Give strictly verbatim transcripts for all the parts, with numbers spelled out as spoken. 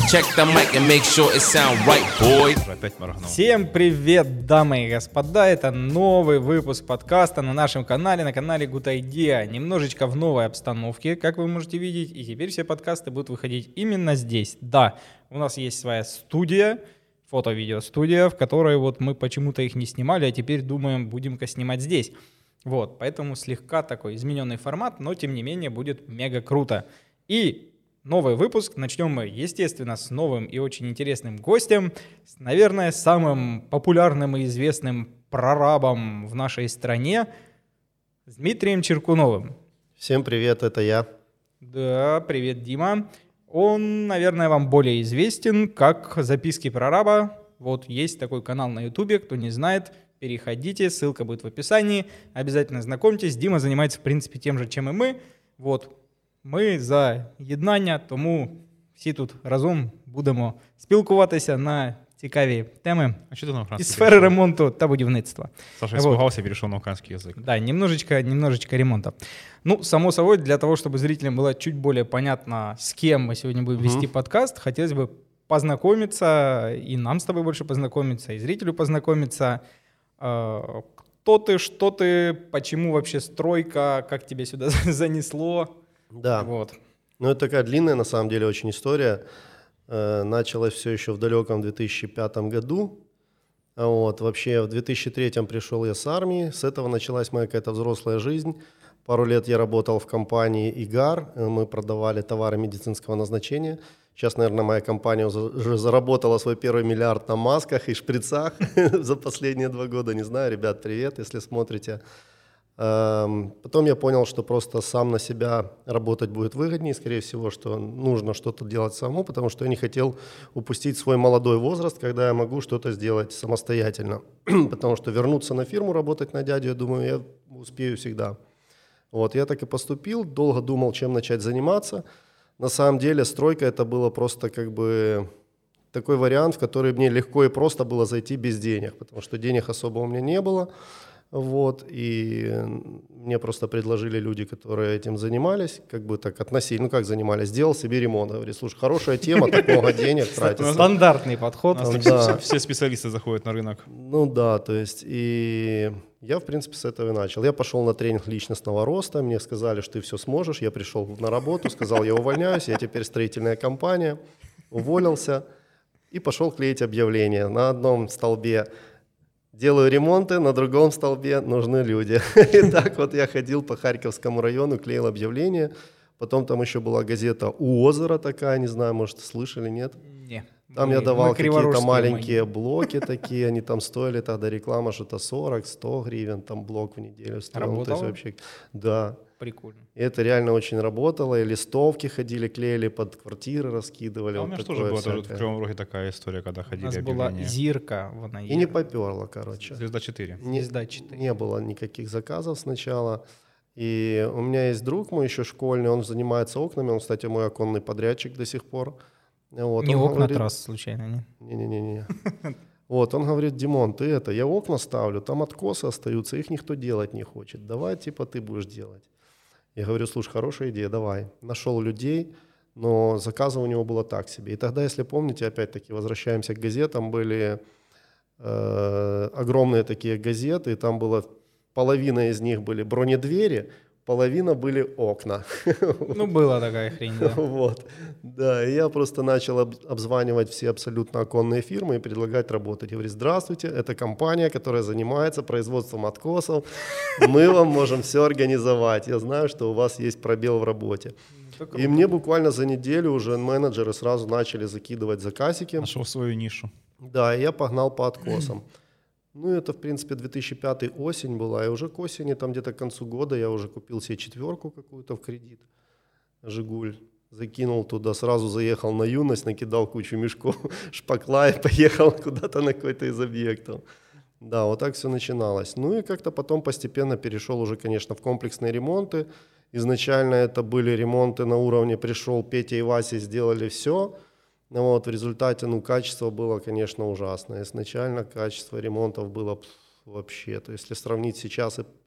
Check the mic and make sure it sound right, boy. Опять моргнул. Всем привет, дамы и господа, это новый выпуск подкаста на нашем канале, на канале Good Idea. Немножечко в новой обстановке, как вы можете видеть, и теперь все подкасты будут выходить именно здесь. Да, у нас есть своя студия, фото-видео-студия, в которой вот мы почему-то их не снимали, а теперь думаем, будем-ка снимать здесь. Вот, поэтому слегка такой измененный формат, но тем не менее будет мега круто. И новый выпуск начнем мы, естественно, с новым и очень интересным гостем, с, наверное, самым популярным и известным прорабом в нашей стране, с Дмитрием Черкуновым. Всем привет, это я. Да, привет, Дима. Он, наверное, вам более известен как «Записки прораба». Вот есть такой канал на Ютубе, кто не знает, переходите, ссылка будет в описании. Обязательно знакомьтесь, Дима занимается, в принципе, тем же, чем и мы. Вот. Ми за єднання, тому всі тут разом будемо спілкуватися на цікаві теми А что ты на украинский із сфери ремонту та будівництва. Саша Вот. испугался и перешел на украинский язык. Да, немножечко, немножечко ремонта. Ну, само собой, для того, чтобы зрителям было чуть более понятно, с кем мы сегодня будем Мгм. вести подкаст, хотелось бы познакомиться, и нам с тобой больше познакомиться, и зрителю познакомиться. Э, Кто ты, что ты, почему вообще стройка, как тебя сюда занесло? Да, Вот. ну это такая длинная на самом деле очень история. Э, Началось все еще в далеком две тысячи пятом году. А Вот. Вообще в две тысячи третьем пришел я с армии, с этого началась моя какая-то взрослая жизнь. Пару лет я работал в компании «Игар», э, мы продавали товары медицинского назначения. Сейчас, наверное, моя компания уже уже заработала свой первый миллиард на масках и шприцах за последние два года. Не знаю, ребят, привет, если смотрите. Эм, Потом я понял, что просто сам на себя работать будет выгоднее. Скорее всего, что нужно что-то делать самому, потому что я не хотел упустить свой молодой возраст, когда я могу что-то сделать самостоятельно. Потому что вернуться на фирму, работать на дядю, я думаю, я успею всегда. Вот, я так и поступил, долго думал, чем начать заниматься. На самом деле стройка это было просто как бы такой вариант, в который мне легко и просто было зайти без денег, потому что денег особо у меня не было. Вот, и мне просто предложили люди, которые этим занимались, как бы так относили, ну как занимались, сделал себе ремонт, говорит, слушай, хорошая тема, так много денег тратится. Стандартный подход. У нас так Да. все, все специалисты заходят на рынок. Ну да, то есть, и я, в принципе, с этого и начал. Я пошел на тренинг личностного роста, мне сказали, что ты все сможешь, я пришел на работу, сказал, я увольняюсь, я теперь строительная компания, уволился и пошел клеить объявления. На одном столбе делаю ремонты, на другом столбе нужны люди. И так вот я ходил по Харьковскому району, клеил объявления. Потом там еще была газета «У озера» такая, не знаю, может, слышали, нет? Не. Там Мы- я давал мы какие-то криворужские, маленькие блоки такие, они там стоили тогда, реклама что-то сорок сто гривен, там блок в неделю стоил. Ну, то есть Работало? вообще, да. Прикольно. И это реально очень работало, и листовки ходили, клеили, под квартиры раскидывали. А у вот меня же такое тоже была тоже в всякое. Кривом Роге такая история, когда У ходили нас была объявления. зирка, вона И є. не поперло, короче. Звезда четыре. Не, Звезда четыре. не было никаких заказов сначала. И у меня есть друг мой еще школьный, он занимается окнами, он, кстати, мой оконный подрядчик до сих пор. Вот, Не он окна говорит- трасс, случайно, не? Не-не-не. Вот, он говорит, Димон, ты это, я окна ставлю, там откосы остаются, их никто делать не хочет. Давай, типа, ты будешь делать. Я говорю, слушай, хорошая идея, давай. Нашел людей, но заказа у него было так себе. И тогда, если помните, опять-таки, возвращаемся к газетам, были э, огромные такие газеты, и там было, половина из них были бронедвери, половина были окна. Ну, была такая хрень, да. Вот, да, и я просто начал об- обзванивать все абсолютно оконные фирмы и предлагать работать. Я говорю, здравствуйте, это компания, которая занимается производством откосов, мы вам можем все организовать, я знаю, что у вас есть пробел в работе. И мне буквально за неделю уже менеджеры сразу начали закидывать заказики. Нашел свою нишу. Да, и я погнал по откосам. Ну, это, в принципе, две тысячи пятый осень была, и уже к осени, там где-то к концу года я уже купил себе четверку какую-то в кредит, «Жигуль», закинул туда, сразу заехал на юность, накидал кучу мешков шпакла и поехал куда-то на какой-то из объектов. Да, вот так все начиналось. Ну и как-то потом постепенно перешел уже, конечно, в комплексные ремонты. Изначально это были ремонты на уровне «пришел Петя и Вася, сделали все». Ну вот, в результате, ну, качество было, конечно, ужасное. Изначально качество ремонтов было пф, вообще, то есть если сравнить сейчас и,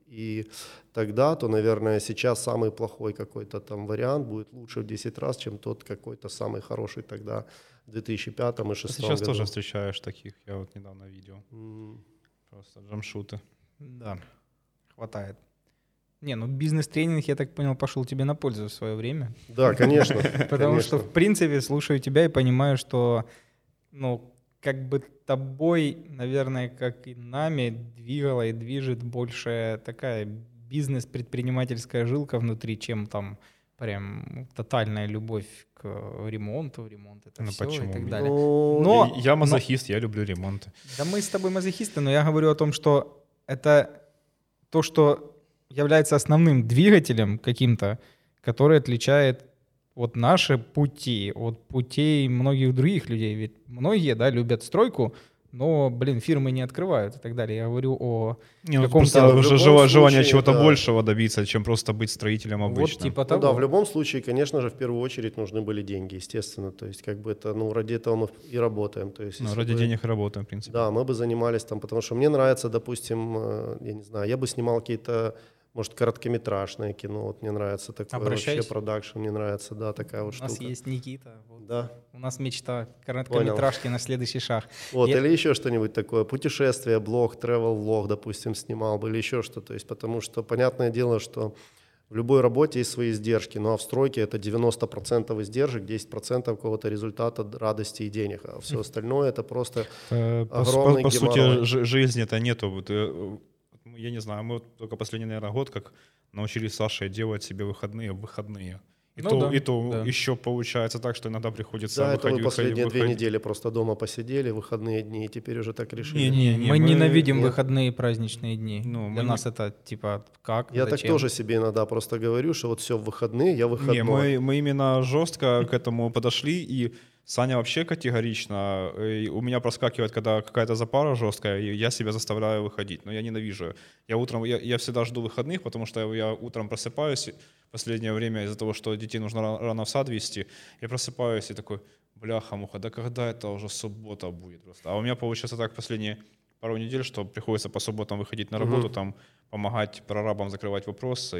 и тогда, то, наверное, сейчас самый плохой какой-то там вариант будет лучше в десять раз, чем тот какой-то самый хороший тогда в две тысячи пятом и две тысячи шестом Сейчас году. тоже встречаешь таких, я вот недавно видел. М. Просто джамшуты. Да, хватает. Не, ну бизнес-тренинг, я так понял, пошел тебе на пользу в свое время. Да, конечно. Потому конечно. что, в принципе, слушаю тебя и понимаю, что, ну, как бы тобой, наверное, как и нами, двигала и движет больше такая бизнес-предпринимательская жилка внутри, чем там прям тотальная любовь к ремонту, ремонт это Ну, все и почему? так далее. Ну, Но, я мазохист, я люблю ремонты. да мы с тобой мазохисты, но я говорю о том, что это то, что является основным двигателем каким-то, который отличает вот наши пути от путей многих других людей. Ведь многие, да, любят стройку, но, блин, фирмы не открывают и так далее. Я говорю о Не, ну, каком-то... просто в уже любом жела- желание случае, чего-то да. большего добиться, чем просто быть строителем обычным. Вот типа Ну того. да, в любом случае, конечно же, в первую очередь нужны были деньги, естественно. То есть, как бы это, ну, ради этого мы и работаем. То есть, Ну, если ради бы- денег и работаем, в принципе. Да, мы бы занимались там, потому что мне нравится, допустим, э, я не знаю, я бы снимал какие-то, может, короткометражное кино. Вот мне нравится такое Обращайся. вообще продакшн, мне нравится, да, такая вот У нас штука. есть Никита. Вот. Да. У нас мечта. Короткометражки на следующий шаг. Вот, Я- или еще что-нибудь такое, путешествие, блог, travel-влог, допустим, снимал бы, или еще что-то. То есть, потому что, понятное дело, что в любой работе есть свои издержки, ну а в стройке это девяносто процентов издержек, десять процентов какого-то результата, радости и денег, а все остальное это просто Э, По, огромный по- по сути, геморрой. жи- жизни это нету. Вот, э, я не знаю, мы вот только последний, наверное, год как научились с Сашей делать себе выходные в выходные. И Ну то, да, и то да. еще получается так, что иногда приходится Да, это выходить. вы последние выходить, две выходить. недели просто дома посидели, выходные дни, и теперь уже так решили. Не, не, мы, мы- ненавидим нет. выходные и праздничные дни. Ну, Для мы нас это типа как, Я так зачем? тоже себе иногда просто говорю, что вот все в выходные, я выходной. Не, мы, мы именно жестко к этому подошли, и Саня вообще категорично. И у меня проскакивает, когда какая-то запара жесткая, и я себя заставляю выходить. Но я ненавижу. Я утром, я, я всегда жду выходных, потому что я утром просыпаюсь, в последнее время из-за того, что детей нужно ра- рано в сад везти, я просыпаюсь и такой, бляха-муха, да когда это уже суббота будет просто? А у меня получается так последние пару недель, что приходится по субботам выходить на работу, Мгм. там помогать прорабам закрывать вопросы,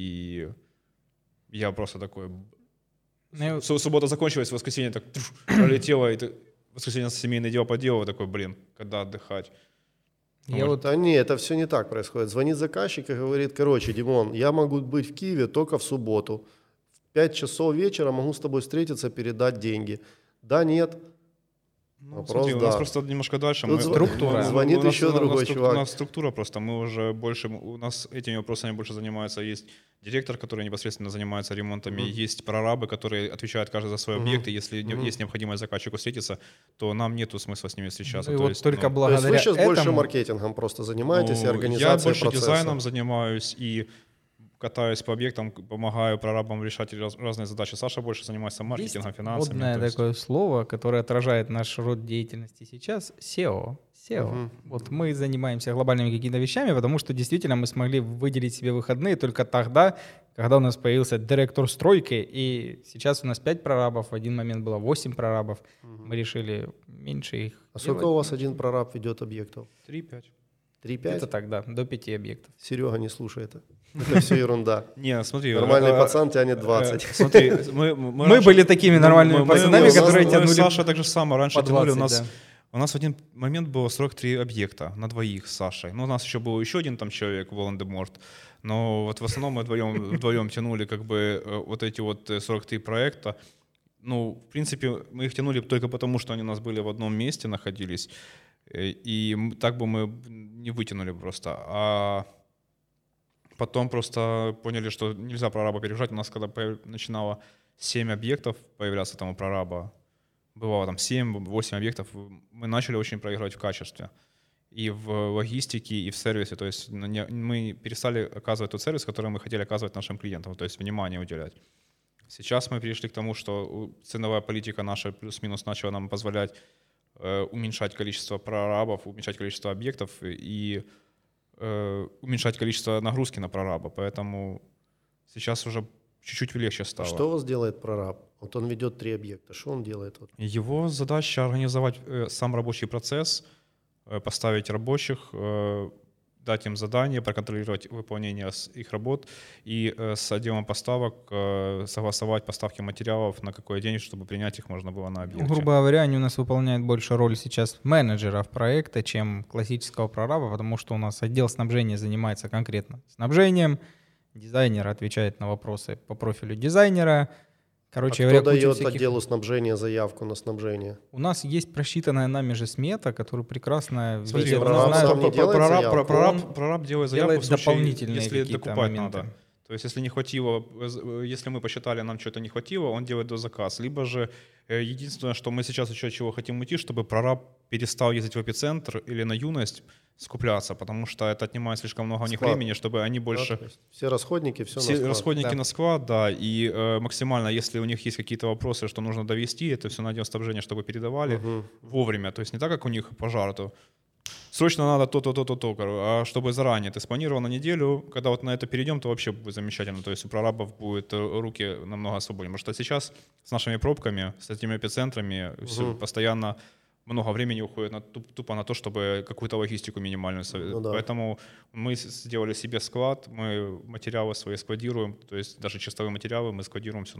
и я просто такой... Ну, я- Су- Суббота закончилась, воскресенье так туш, пролетело, и ты воскресенье семейное дело поделал, такой, блин, когда отдыхать? Я вот Да не, это все не так происходит. Звонит заказчик и говорит, короче, Димон, я могу быть в Киеве только в субботу. В пять часов вечера могу с тобой встретиться, передать деньги. Да, нет. Ну, Вопрос, смотри, у нас да. просто немножко дальше. Тут мы- структура. мы- Звонит у нас- еще у нас другой струк- чувак. У нас структура просто, мы уже больше, у нас этими вопросами больше занимается. Есть директор, который непосредственно занимается ремонтами, Мгм. есть прорабы, которые отвечают каждый за свой Мгм. объект, и если не- Мгм. есть необходимость заказчику встретиться, то нам нету смысла с ними встречаться. ну, и То вот есть, только ну, То есть благодаря вы сейчас больше этому маркетингом просто занимаетесь и Ну, организацией Я больше процесса. дизайном занимаюсь и катаюсь по объектам, помогаю прорабам решать раз- разные задачи. Саша больше занимается маркетингом, есть финансами. модное то есть- такое слово, которое отражает наш род деятельности сейчас — сео. сео. Мгм. Вот мы занимаемся глобальными какими-то вещами, потому что действительно мы смогли выделить себе выходные только тогда, когда у нас появился директор стройки, и сейчас у нас пять прорабов, в один момент было восемь прорабов. Мы решили меньше их А сколько делать. у вас один прораб ведет объектов? три-пять. Три-пять? Это так, да, до пяти объектов. Серега, не слушай это. Это все ерунда. Не, смотри. Нормальный э, пацан тянет э, двадцать. Смотри, мы, мы, Мы раньше- были такими ну, нормальными мы- мы- пацанами, мы- которые мы- тянули Саша так же само раньше по тянули. У двадцать, нас, да. у нас в один момент было сорок три объекта на двоих с Сашей. Ну, у нас еще был еще один там человек, Волан-де-Морт. Но вот в основном мы вдвоем, вдвоем тянули как бы э, вот эти вот э, сорок три проекта. Ну, в принципе, мы их тянули только потому, что они у нас были в одном месте, находились. Э, И м- так бы мы не вытянули просто. А потом просто поняли, что нельзя прораба перегружать. У нас когда появ- начинало семь объектов появляться там у прораба, бывало там семь-восемь объектов, мы начали очень проигрывать в качестве. И в логистике, и в сервисе. То есть ну, не- мы перестали оказывать тот сервис, который мы хотели оказывать нашим клиентам, то есть внимание уделять. Сейчас мы перешли к тому, что у- ценовая политика наша плюс-минус начала нам позволять э, уменьшать количество прорабов, уменьшать количество объектов и э, уменьшать количество нагрузки на прораба. Поэтому сейчас уже чуть-чуть легче А стало. что у вас делает прораб? Вот он ведет три объекта. Что он делает? Вот. Его задача организовать э, сам рабочий процесс, э, поставить рабочих, э, дать им задание, проконтролировать выполнение их работ и с отделом поставок согласовать поставки материалов на какой день, чтобы принять их можно было на объекте. Грубо говоря, они у нас выполняют больше роль сейчас менеджеров проекта, чем классического прораба, потому что у нас отдел снабжения занимается конкретно снабжением, дизайнер отвечает на вопросы по профилю дизайнера. Короче, а говоря, кто дает всяких... отделу снабжения заявку на снабжение? У нас есть просчитанная нами же смета, которую прекрасно Смотри, видел. прораб Знаю, сам не делает прораб, заявку? прораб, прораб делает заявку делает в случае, дополнительные если какие-то докупать моменты. надо. То есть если не хватило, если мы посчитали, нам что-то не хватило, он делает дозаказ. Либо же единственное, что мы сейчас еще от чего хотим уйти, чтобы прораб перестал ездить в эпицентр или на юность скупляться, потому что это отнимает слишком много у них Склад. времени, чтобы они больше... Да, все расходники, все, все на склад. расходники Да. на склад, да, и э, максимально, если у них есть какие-то вопросы, что нужно довести, это все на отдел снабжения, чтобы передавали Угу. вовремя. То есть не так, как у них пожар, то срочно надо то-то, то-то, то, а чтобы заранее. Ты спланировал на неделю, когда вот на это перейдем, то вообще будет замечательно. То есть у прорабов будут руки намного свободнее. Потому что сейчас с нашими пробками, с этими эпицентрами, Угу. все постоянно много времени уходит на, тупо на то, чтобы какую-то логистику минимальную. Ну, да. Поэтому мы сделали себе склад, мы материалы свои складируем, то есть даже чистовые материалы мы складируем все на,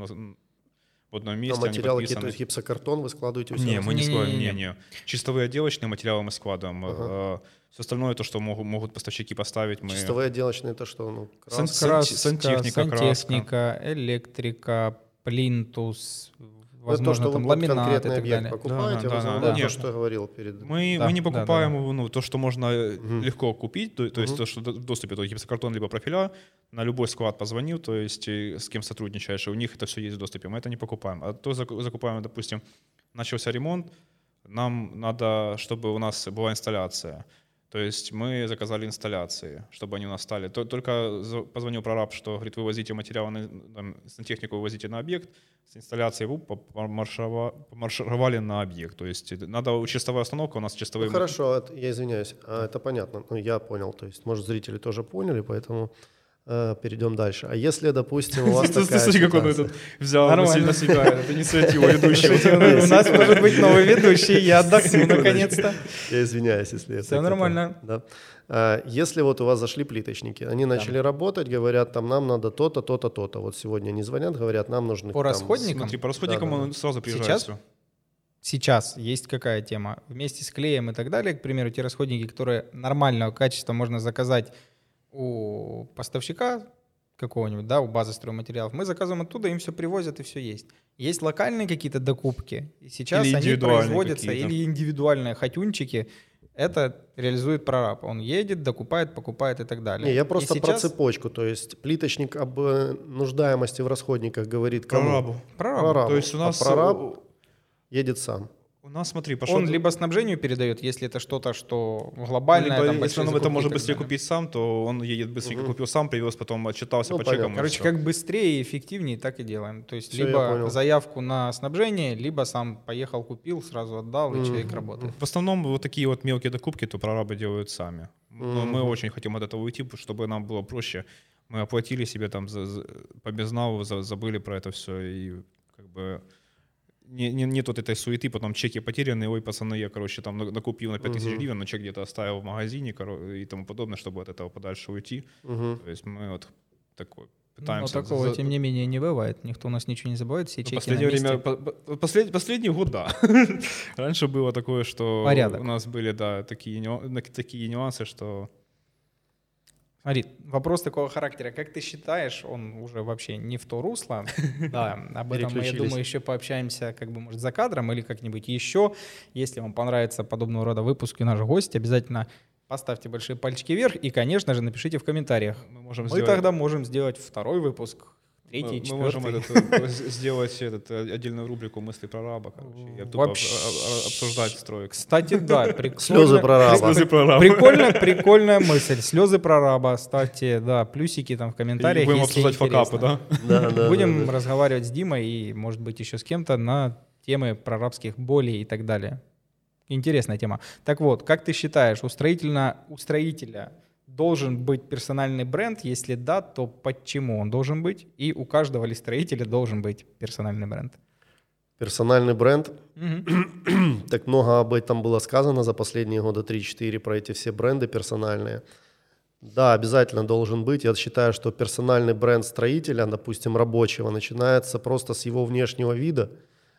в одном месте. А материалы какие-то, то есть гипсокартон вы складываете у себя? Не, мы не складываем, Не-не-не. не, не. Чистовые отделочные материалы мы складываем. Ага. Все остальное, то, что могут, могут поставщики поставить, мы... Чистовые отделочные это что? Ну, краска? Сан- Краска, сантехника, сантехника, электрика, плинтус, Вы то, возможно, что там вы под ламинат и конкретный так объект далее. покупаете, Да, в да, основном да, то, да. что я говорил перед... Мы, Да, мы не да, покупаем да. ну, то, что можно Мгм. легко купить, то, то есть Мгм. то, что в доступе, то гипсокартон либо профиля, на любой склад позвонил, то есть и с кем сотрудничаешь, и у них это все есть в доступе, мы это не покупаем. А то заку- закупаем, допустим, начался ремонт, нам надо, чтобы у нас была инсталляция. То есть мы заказали инсталляции, чтобы они у нас стали. То- Только за- позвонил прораб, что, говорит, вы возите материалы, на, там, сантехнику вы возите на объект, с инсталляцией ВУП помаршировали, помаршировали на объект. То есть надо чистовая установка, у нас чистовые... Ну, хорошо, это- я извиняюсь, а, это понятно, ну, я понял, то есть, может, зрители тоже поняли, поэтому э, перейдем дальше. А если, допустим, у вас такая Смотри, как он ситуация- этот взял Нормально. на себя эту инициативу ведущего. У нас может быть новый ведущий, я отдохну наконец-то. Я извиняюсь, если это... Всё как-то- нормально. Да. А, Если вот у вас зашли плиточники, они начали работать, говорят, там нам надо то-то, то-то, то-то. Вот сегодня они звонят, говорят, нам нужны... По там, расходникам? Смотри, по расходникам Да, да, он сразу приезжает. Сейчас? всё. Сейчас есть какая тема? Вместе с клеем и так далее, к примеру, те расходники, которые нормального качества можно заказать у поставщика какого-нибудь, да, у базы стройматериалов, мы заказываем оттуда, им все привозят и все есть. Есть локальные какие-то докупки, и сейчас Или они индивидуальные производятся, какие-то. или индивидуальные хатюнчики, это реализует прораб. Он едет, докупает, покупает и так далее. Не, я И просто про сейчас цепочку, то есть плиточник об э, нуждаемости в расходниках говорит кому? Прорабу. прораб. Прорабу. То есть у нас... А прораб едет сам. У нас, смотри, пошел... Он либо снабжению передает, если это что-то, что глобальное, либо, там, если большие он это закупки может и так быстрее далее. купить сам, то он едет быстрее, Мгм. купил сам, привез, потом отчитался Ну, по чекам. понятно. и Короче, всё. как быстрее и эффективнее, так и делаем. То есть Всё, я либо понял. заявку на снабжение, либо сам поехал, купил, сразу отдал, и Мгм. человек работает. В основном вот такие вот мелкие докупки то прорабы делают сами. Но Мгм. мы очень хотим от этого уйти, чтобы нам было проще. Мы оплатили себе там за, за, по безналу, за- забыли про это все. И как бы не, не, нет вот этой суеты, потом чеки потеряны, ой, пацаны, я, короче, там на- накупил на пять тысяч Мгм. гривен, но чек где-то оставил в магазине коро- и тому подобное, чтобы от этого подальше уйти. Мгм. То есть мы вот такой Но пытаемся... такого, за- тем не менее, не бывает. Никто у нас ничего не забывает, все Ну, чеки последнее на месте. время, по- по- послед- последний год, да. Раньше было такое, что Порядок. у нас были, да, такие, нюа- такие нюансы, что... Смотри, вопрос такого характера. Как ты считаешь, он уже вообще не в то русло. Да, об этом мы, я Переключились. думаю, еще пообщаемся, как бы, может, за кадром или как-нибудь еще. Если вам понравится подобного рода выпуски, наш гость, обязательно поставьте большие пальчики вверх и, конечно же, напишите в комментариях. Мы можем Мы сделать... тогда можем сделать второй выпуск, третий, мы, мы можем четвертый. этот, э, с- сделать этот, э, отдельную рубрику «Мысли прораба», короче, и тупо Вообще. об- об- обсуждать строек. Кстати, да, прикольно. Слезы прораба. Слезы прораба. Прикольно, прикольная мысль. Слезы прораба. Ставьте, да, плюсики там в И комментариях. будем если обсуждать факапы, интересно. да? Да, да, Будем да, да. разговаривать с Димой и, может быть, еще с кем-то на темы прорабских болей и так далее. Интересная тема. Так вот, как ты считаешь, у, строительно, у строителя должен быть персональный бренд? Если да, то почему он должен быть? И у каждого ли строителя должен быть персональный бренд? Персональный бренд. Мгм. Так много об этом было сказано за последние года три-четыре, про эти все бренды персональные. Да, обязательно должен быть. Я считаю, что персональный бренд строителя, допустим, рабочего, начинается просто с его внешнего вида.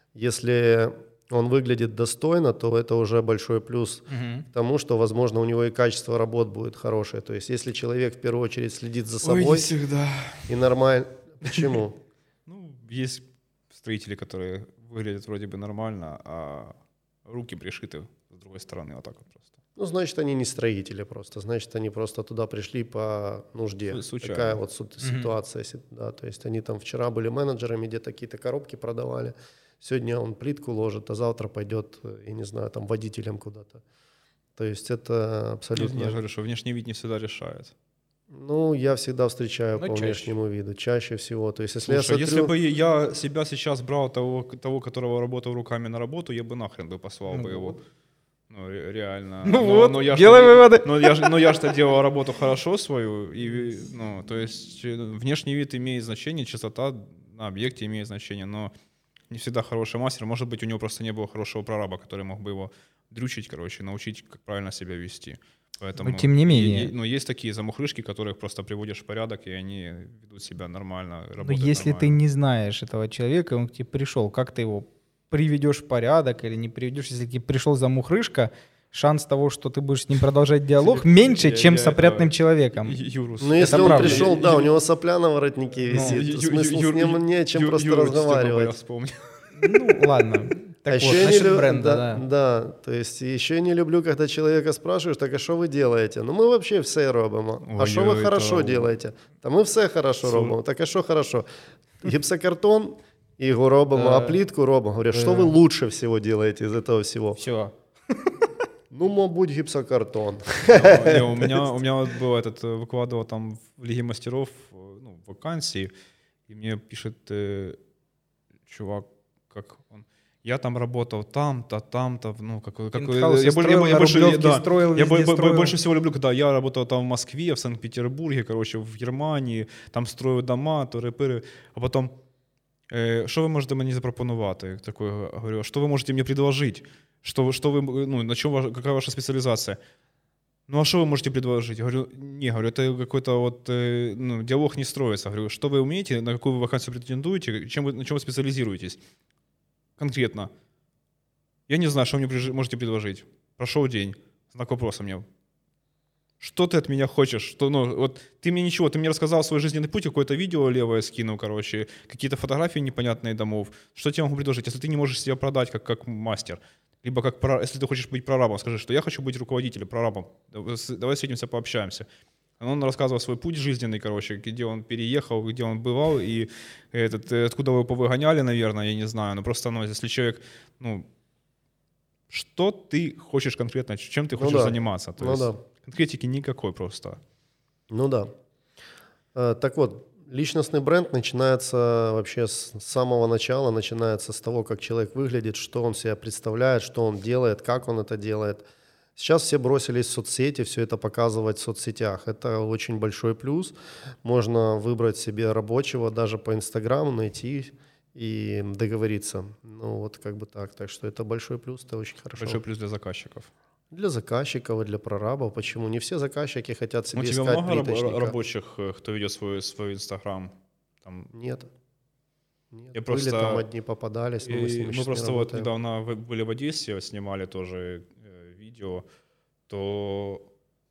Если он выглядит достойно, то это уже большой плюс Мгм. к тому, что, возможно, у него и качество работ будет хорошее. То есть если человек в первую очередь следит за собой Ой, не всегда. и нормально... Почему? Ну, есть строители, которые выглядят вроде бы нормально, а руки пришиты с другой стороны, вот так вот просто. Ну, значит, они не строители просто. Значит, они просто туда пришли по нужде. Су- случайно. Такая вот су- ситуация. си- Да, то есть они там вчера были менеджерами, где-то какие-то коробки продавали. Сегодня он плитку ложит, а завтра пойдет, я не знаю, там водителем куда-то. То есть это Я, абсолютно... я же говорю, что внешний вид не всегда решает. Ну, я всегда встречаю Ну, по чаще. внешнему виду. Чаще всего. То есть если Слушай, я если смотрю... бы я себя сейчас брал, того, того, которого работал руками на работу, я бы нахрен бы послал Ну бы его. вот. Ну, ре- реально. Ну вот, делай ж- выводы. Но я, ж- но я что делал работу хорошо свою. И, ну, то есть э, внешний вид имеет значение, чистота на объекте имеет значение, но не всегда хороший мастер. Может быть, у него просто не было хорошего прораба, который мог бы его дрючить, короче, научить, как правильно себя вести. Поэтому, Но тем не менее. е- е- ну, есть такие замухрышки, которых просто приводишь в порядок, и они ведут себя нормально, Но работают если ты нормально. не знаешь этого человека, он к тебе пришел, как ты его приведешь в порядок или не приведешь, если к тебе пришел замухрышка, шанс того, что ты будешь с ним продолжать диалог, меньше, Я- чем я с это- опрятным человеком. Ю- Юрус. Ну, если Это он правда. пришел, Ю- да, у Ю- него сопля на воротнике Ну, висит. Ю- Смысл Ю- с ним не о чем Ю- просто Юру Степанова я разговаривать. вспомнил. Ну, ладно. Так а вот, еще я не насчет лю- бренда, да, да. да, то есть еще я не люблю, когда человека спрашиваешь, так а що ви делаете? Ну ми вообще все робимо. А що ви Ой-ой, хорошо та- делаете? Та ми все хорошо Слу- робимо. Так а що хорошо? Гіпсокартон його робимо, Да. а плитку робимо. Говорю, що Да. ви лучше всего делаете из этого всего? Все. Ну, мабуть, гіпсокартон. Не, у меня, у меня вот был этот, э, выкладывал там в Лиге мастеров, э, ну, вакансии, и мне пишет э, чувак, как он, я там работал там-то, там-то, ну, как, как Пентхаусы я, боль- строил, я, я на больше, Рублевке да, строил, я везде бо- бо- строил. больше всего люблю, когда я работал там в Москве, в Санкт-Петербурге, короче, в Германии, там строил дома, тыры-пыры, а потом, э, що ви можете мені запропонувати? Такой, говорю, что вы можете мне предложить? Что, вы- что вы, ну, на чем ваша, какая ваша специализация? Ну, а что вы можете предложить? Говорю, не, говорю, это какой-то вот, э, ну, диалог не строится. Говорю, что вы умеете, на какую вы вакансию претендуете, чем вы, на чем вы специализируетесь? Конкретно. Я не знаю, что вы мне приж- можете предложить. Прошел день, знак вопроса мне. Что ты от меня хочешь? Что, ну, вот ты мне ничего, ты мне рассказал свой жизненный путь, какое-то видео левое скинул, короче, какие-то фотографии непонятные домов. Что я тебе могу предложить, если ты не можешь себя продать как, как мастер? Либо как, про- если ты хочешь быть прорабом, скажи, что я хочу быть руководителем, прорабом. Давай с- давай встретимся, пообщаемся. Он рассказывал свой путь жизненный, короче, где он переехал, где он бывал, и этот, э, откуда его повыгоняли, наверное, я не знаю. Но просто, ну, если человек, ну, что ты хочешь конкретно, чем ты Ну хочешь да. заниматься? То Ну есть да. конкретики никакой просто. Ну да. Э, Так вот, личностный бренд начинается вообще с самого начала, начинается с того, как человек выглядит, что он себя представляет, что он делает, как он это делает. Сейчас все бросились в соцсети, все это показывать в соцсетях. Это очень большой плюс. Можно выбрать себе рабочего, даже по Инстаграму найти и договориться. Ну вот как бы так. Так что это большой плюс, это очень хорошо. Большой плюс для заказчиков. Для заказчиков и для прорабов. Почему? Не все заказчики хотят себе Ну, у тебя искать много раб- плиточника. рабочих, э, кто ведет свой, свой Инстаграм? Там, Нет. Нет. Я Были просто- там одни попадались, но мы с и ними мы щас не просто вот работаем. недавно в- были в Одессе, снимали тоже э, видео, то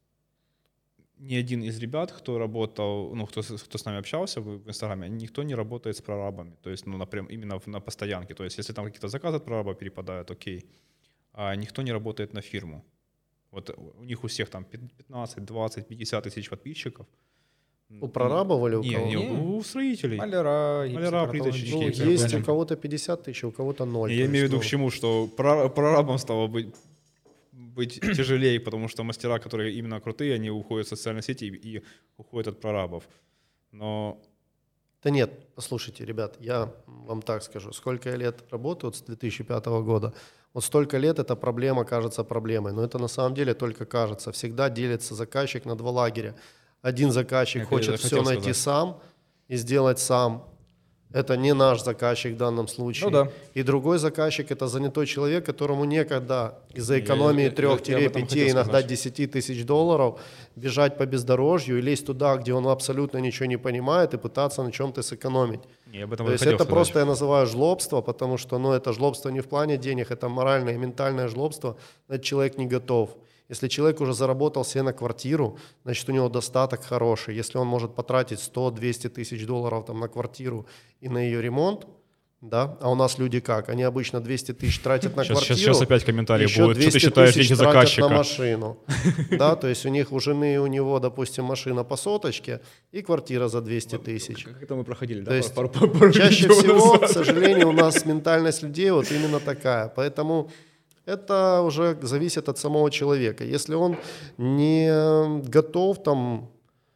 ни один из ребят, кто работал, ну, кто, с- кто с нами общался в, в Инстаграме, никто не работает с прорабами, то есть, ну, напрям, именно в- на постоянке, то есть, если там какие-то заказы от прораба перепадают, окей, а никто не работает на фирму. Вот у них у всех там пятнадцать, двадцать, пятьдесят тысяч подписчиков. У прорабов или у Не, кого? не, Не. у строителей. Маляра, плиточники, Ну, Какие есть проблемы? у кого-то пятьдесят тысяч, у кого-то ноль. Я То имею в есть, виду ну, к чему, что прора- прорабам стало быть, быть тяжелее, потому что мастера, которые именно крутые, они уходят в социальные сети и, и уходят от прорабов. Но Да нет, послушайте, ребят, я вам так скажу. Сколько я лет работаю, вот с две тысячи пятого года, вот столько лет эта проблема кажется проблемой. Но это на самом деле только кажется. Всегда делится заказчик на два лагеря. Один заказчик Это я хочет все хотел найти сказать. сам и сделать сам. Это не наш заказчик в данном случае. Ну да. И другой заказчик — это занятой человек, которому некогда из-за экономии Я- я- я об этом трех-пяти, хотел иногда сказать. десяти тысяч долларов бежать по бездорожью и лезть туда, где он абсолютно ничего не понимает, и пытаться на чем-то сэкономить. Не, я об этом То и есть хотел это сказать. просто я называю жлобство, потому что ну, это жлобство не в плане денег, это моральное и ментальное жлобство. Значит, человек не готов. Если человек уже заработал себе на квартиру, значит, у него достаток хороший. Если он может потратить сто-двести тысяч долларов там, на квартиру и на ее ремонт, да, а у нас люди как? Они обычно двести тысяч тратят на Сейчас, квартиру. сейчас, сейчас опять комментарии еще будут. Что ты двести считаешь тысяч деньги тратят заказчика? на машину. Да, то есть у них у жены и у него, допустим, машина по соточке и квартира за двести тысяч. Как это мы проходили, То да? есть пару- пару- пару чаще видео всего, назад. к сожалению, у нас ментальность людей вот именно такая. Поэтому это уже зависит от самого человека. Если он не готов там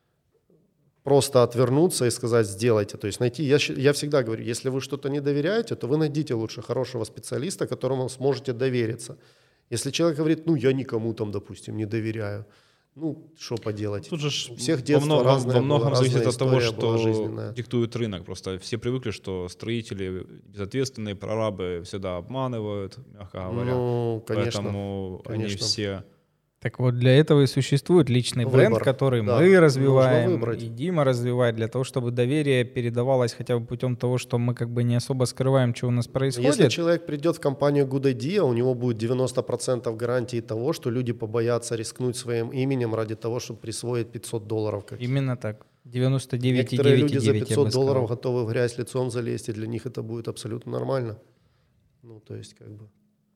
просто отвернуться и сказать «сделайте». То есть найти, я, щ- я всегда говорю, если вы что-то не доверяете, то вы найдите лучше хорошего специалиста, которому сможете довериться. Если человек говорит, ну я никому там, допустим, не доверяю, ну что поделать. Тут же ж У всех во детство многом, разное во многом было, зависит разная от того, история была что жизненная. диктует рынок. Просто все привыкли, что строители безответственные, прорабы всегда обманывают, мягко говоря. Ну, конечно. Поэтому они конечно. все... Так вот, для этого и существует личный Выбор, бренд, который да. мы Нужно развиваем, выбрать. и Дима развивает, для того, чтобы доверие передавалось хотя бы путем того, что мы как бы не особо скрываем, что у нас происходит. Если человек придет в компанию Good Idea, у него будет девяносто процентов гарантии того, что люди побоятся рискнуть своим именем ради того, чтобы присвоить пятьсот долларов. как- Именно так. девяносто девять целых Некоторые девять люди за десятых, я бы пятьсот долларов сказал. готовы в грязь лицом залезть, и для них это будет абсолютно нормально. Ну, то есть, как бы...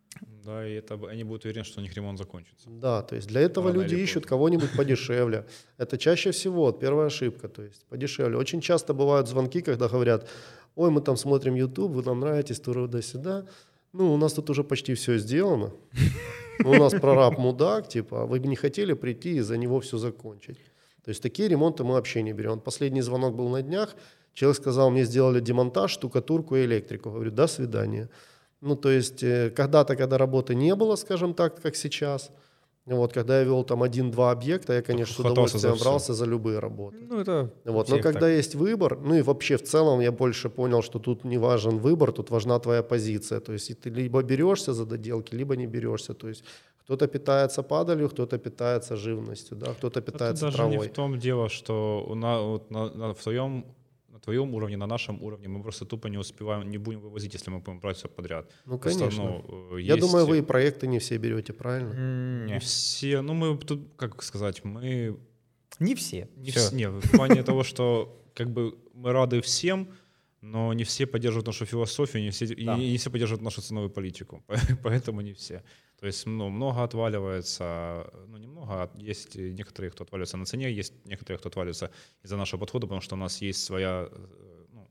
Да, и это, они будут уверены, что у них ремонт закончится. Да, то есть для этого Рано люди или ищут поздно. кого-нибудь подешевле. Это чаще всего вот, первая ошибка, то есть подешевле. Очень часто бывают звонки, когда говорят, ой, мы там смотрим YouTube, вы нам нравитесь, туда-сюда. Ну, у нас тут уже почти все сделано. У нас прораб мудак, типа, а вы бы не хотели прийти и за него все закончить. То есть такие ремонты мы вообще не берем. Последний звонок был на днях, человек сказал, мне сделали демонтаж, штукатурку и электрику. Говорю, до свидания. Ну, то есть э, когда-то, когда работы не было, скажем так, как сейчас, вот, когда я вел там один-два объекта, я, конечно, с хватался за удовольствием всё. брался за любые работы. Ну, это у Вот. Но всех когда так. есть выбор, ну и вообще в целом я больше понял, что тут не важен выбор, тут важна твоя позиция. То есть и ты либо берешься за доделки, либо не берешься. То есть кто-то питается падалью, кто-то питается живностью, да, кто-то Это питается даже травой. не в том дело, что у на, вот на, на, в твоем, на твоем уровне, на нашем уровне мы просто тупо не успеваем, не будем вывозить, если мы будем брать все подряд. Ну, Просто, конечно. ну, Я есть- думаю, вы и проекты не все берете, правильно? М, не Не, все, ну мы тут, как сказать, мы не все. не, Всё. все, не в плане того, что как бы мы рады всем, но не все поддерживают нашу философию, не все, и Да. не все поддерживают нашу ценовую политику, поэтому не все. То есть ну, много отваливается, ну немного, а есть некоторые, кто отваливается на цене, есть некоторые, кто отваливается из-за нашего подхода, потому что у нас есть своя, э, ну,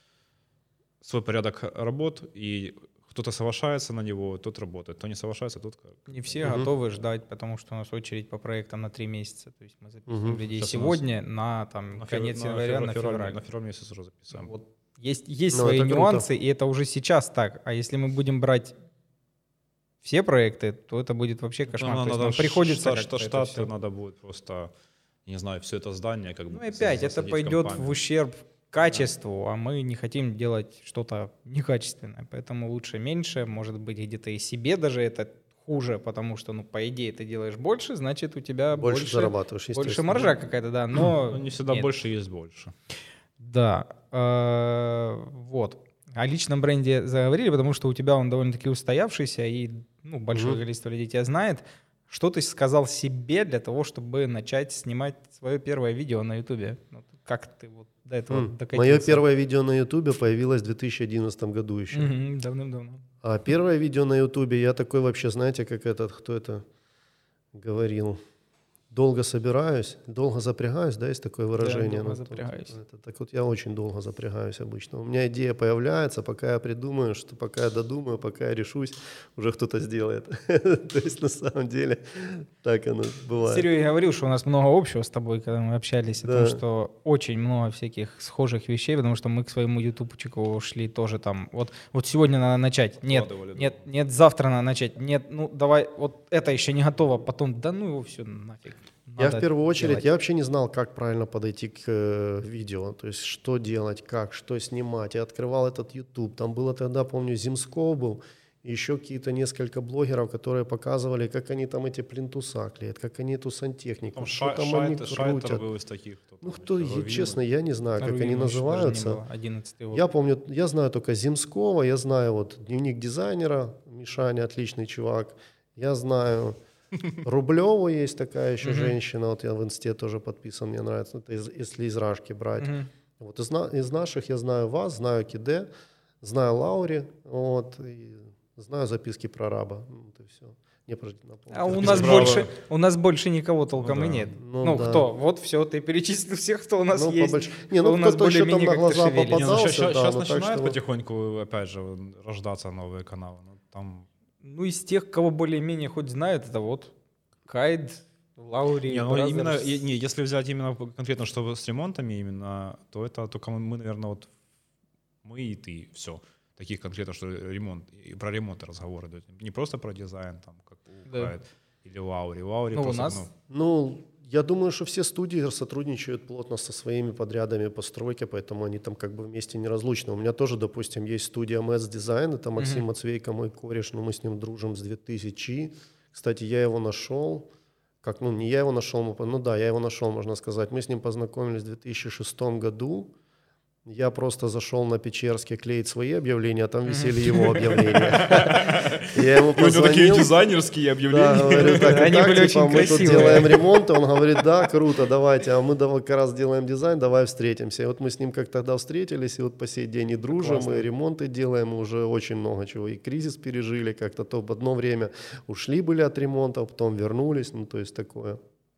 свой порядок работ, и кто-то соглашается на него, тот работает, кто не соглашается, тот как. Не все Мгм. готовы ждать, потому что у нас очередь по проектам на три месяца. То есть мы записываем Мгм. людей Сейчас у нас сегодня на там, На февр- конец на января, февраль- на февраль, февраль. на февраль месяц уже записываем. Вот. Есть, есть Ну, свои это круто. нюансы, и это уже сейчас так. А если мы будем брать все проекты, то это будет вообще кошмар. Ну, То есть надо нам ш- приходится штат, как-то штат, это штаты всё- надо будет просто, не знаю, все это здание как бы. Ну и опять, это засадить пойдет компами. в ущерб качеству, а мы не хотим делать что-то некачественное. Поэтому лучше меньше, может быть, где-то и себе даже это хуже, потому что, ну, по идее, ты делаешь больше, значит, у тебя Больше, больше, зарабатываешь, больше естественно. маржа какая-то, да, но... Ну, не всегда нет. больше есть больше. Да, э, вот. О личном бренде заговорили, потому что у тебя он довольно-таки устоявшийся, и ну, большое Мгм. количество людей тебя знает. Что ты сказал себе для того, чтобы начать снимать свое первое видео на Ютубе? Вот как ты вот до этого М, докатился? Мое первое видео на Ютубе появилось в две тысячи одиннадцатом году еще. Мгм, давным-давно. А первое видео на Ютубе, я такой вообще, знаете, как этот, кто это говорил? Долго собираюсь, долго запрягаюсь, да, есть такое выражение? долго Ну, запрягаюсь. это- так вот я очень долго запрягаюсь обычно. У меня идея появляется, пока я придумаю, что пока я додумаю, пока я решусь, уже кто-то сделает. То есть на самом деле так оно бывает. Серега говорил, что у нас много общего с тобой, когда мы общались, о Да. том, что очень много всяких схожих вещей, потому что мы к своему ютубчику шли тоже там. Вот, вот сегодня надо начать. Нет, Откладывали, нет, нет, завтра надо начать. Нет, ну давай, вот это еще не готово, потом, да ну его все нафиг. Я надо в первую очередь, делать? я вообще не знал, как правильно подойти к э, видео, то есть что делать, как, что снимать. Я открывал этот YouTube, там было тогда, помню, Земсков был, и еще какие-то несколько блогеров, которые показывали, как они там эти плинтуса клеят, как они эту сантехнику, Там что Шай- там они Шайтер, Шайтер крутят. был из таких. Кто Ну, там кто, еще, е- Равилы. честно, я не знаю, как Рувима они еще даже не называются. было, одиннадцатый год. Я помню, я знаю только Земского, я знаю вот дневник дизайнера, Мишаня, отличный чувак. Я знаю Рублеву, есть такая еще Мгм. женщина, вот я в инсте тоже подписан, мне нравится, это из- если из Рашки брать. Мгм. Вот из, на- из наших я знаю вас, знаю Киде, знаю Лаури, вот, и знаю записки про раба. Ну, вот и все. Не подожди, напомню. А у Без нас права. больше, у нас больше никого толком Ну и да. нет. Ну Ну, да. кто? Вот все, ты перечислил всех, кто у нас Ну, есть. побольше- Не, кто ну у нас кто-то еще там более-менее на как-то глаза шевелится. Не, ну, попадался, щас, да, щас ну, так начинают что- потихоньку, опять же, рождаться новые каналы. Ну, там... Ну, из тех, кого более-менее хоть знают, это вот Кайд, Лаури, Не, ну, Brothers. именно, и- не, если взять именно конкретно, что с ремонтами именно, то это только мы, наверное, вот мы и ты, все. Таких конкретно, что ремонт, и про ремонт разговор идет. Не просто про дизайн, там, как у Да. Кайд или Лаури. Лаури Ну, у просто, нас- ну, Ну, я думаю, что все студии сотрудничают плотно со своими подрядами по стройке, поэтому они там как бы вместе неразлучны. У меня тоже, допустим, есть студия Mets Design, это Максим Мгм. Мацвейко, мой кореш, но мы с ним дружим с две тысячи. Кстати, я его нашел, как, ну, не я его нашел, мы по- ну да, я его нашел, можно сказать. Мы с ним познакомились в две тысячи шестом году. Я просто зашел на Печерске клеить свои объявления, а там висели его объявления. Я ему позвонил. дизайнерские Да, говорю, так, и Они так, были типа, очень мы тут красивые. делаем ремонт, и он говорит, да, круто, давайте, а мы давай как раз делаем дизайн, давай встретимся. И вот мы с ним как тогда встретились, и вот по сей день и дружим, Классно. и ремонты делаем, и уже очень много чего. И кризис пережили как-то, то в одно время ушли были от ремонта, потом вернулись, ну, то есть такое.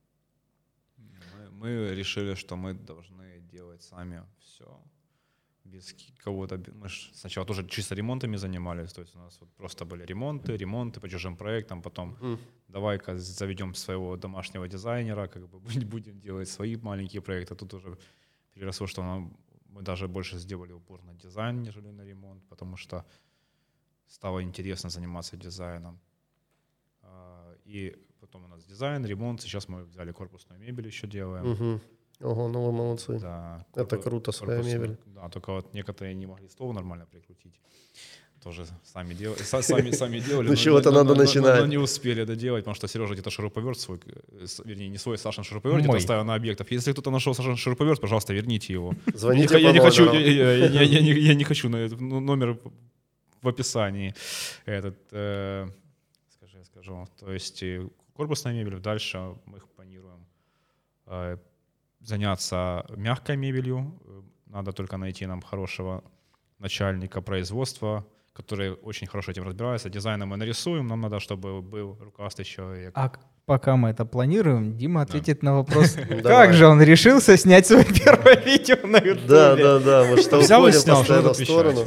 Мы, мы решили, что мы должны делать сами все. Без ки- кого-то. бе- Мы ж сначала тоже чисто ремонтами занимались. То есть у нас вот просто были ремонты, ремонты по чужим проектам. Потом Мгм. давай-ка заведем своего домашнего дизайнера, как бы будем- будем делать свои маленькие проекты. Тут уже переросло, что нам, мы даже больше сделали упор на дизайн, нежели на ремонт, потому что стало интересно заниматься дизайном. А, И потом у нас дизайн, ремонт. Сейчас мы взяли корпусную мебель, еще делаем. Мгм. Ого, ну вы молодцы. Да, Это корпу- круто, своя корпусную- мебель. Да, только вот некоторые не могли стол нормально прикрутить. Тоже сами делали, сами, сами делали. Ну, но- чего-то но- надо но- но- начинать. Но не успели доделать, потому что Сережа где-то шуруповерт свой, э, с- вернее, не свой, Сашин шуруповерт где-то Мой. оставил на объектах. Если кто-то нашел Сашин шуруповерт, пожалуйста, верните его. Звоните я, по я не хочу, я, номеру. я- я- я не, я не хочу на этот ну, номер в описании. Этот, э, скажи, я скажу. То есть э, корпусная мебель, дальше мы их планируем э, заняться мягкой мебелью. Э, Надо только найти нам хорошего начальника производства, который очень хорошо этим разбирается. Дизайном мы нарисуем, нам надо, чтобы был рукастый человек. А к- пока мы это планируем, Дима Да. ответит на вопрос, как Давай. же он решился снять свое первое видео на YouTube. Да, да, да, мы что Взял и уходим снял, что постоянно тут в сторону.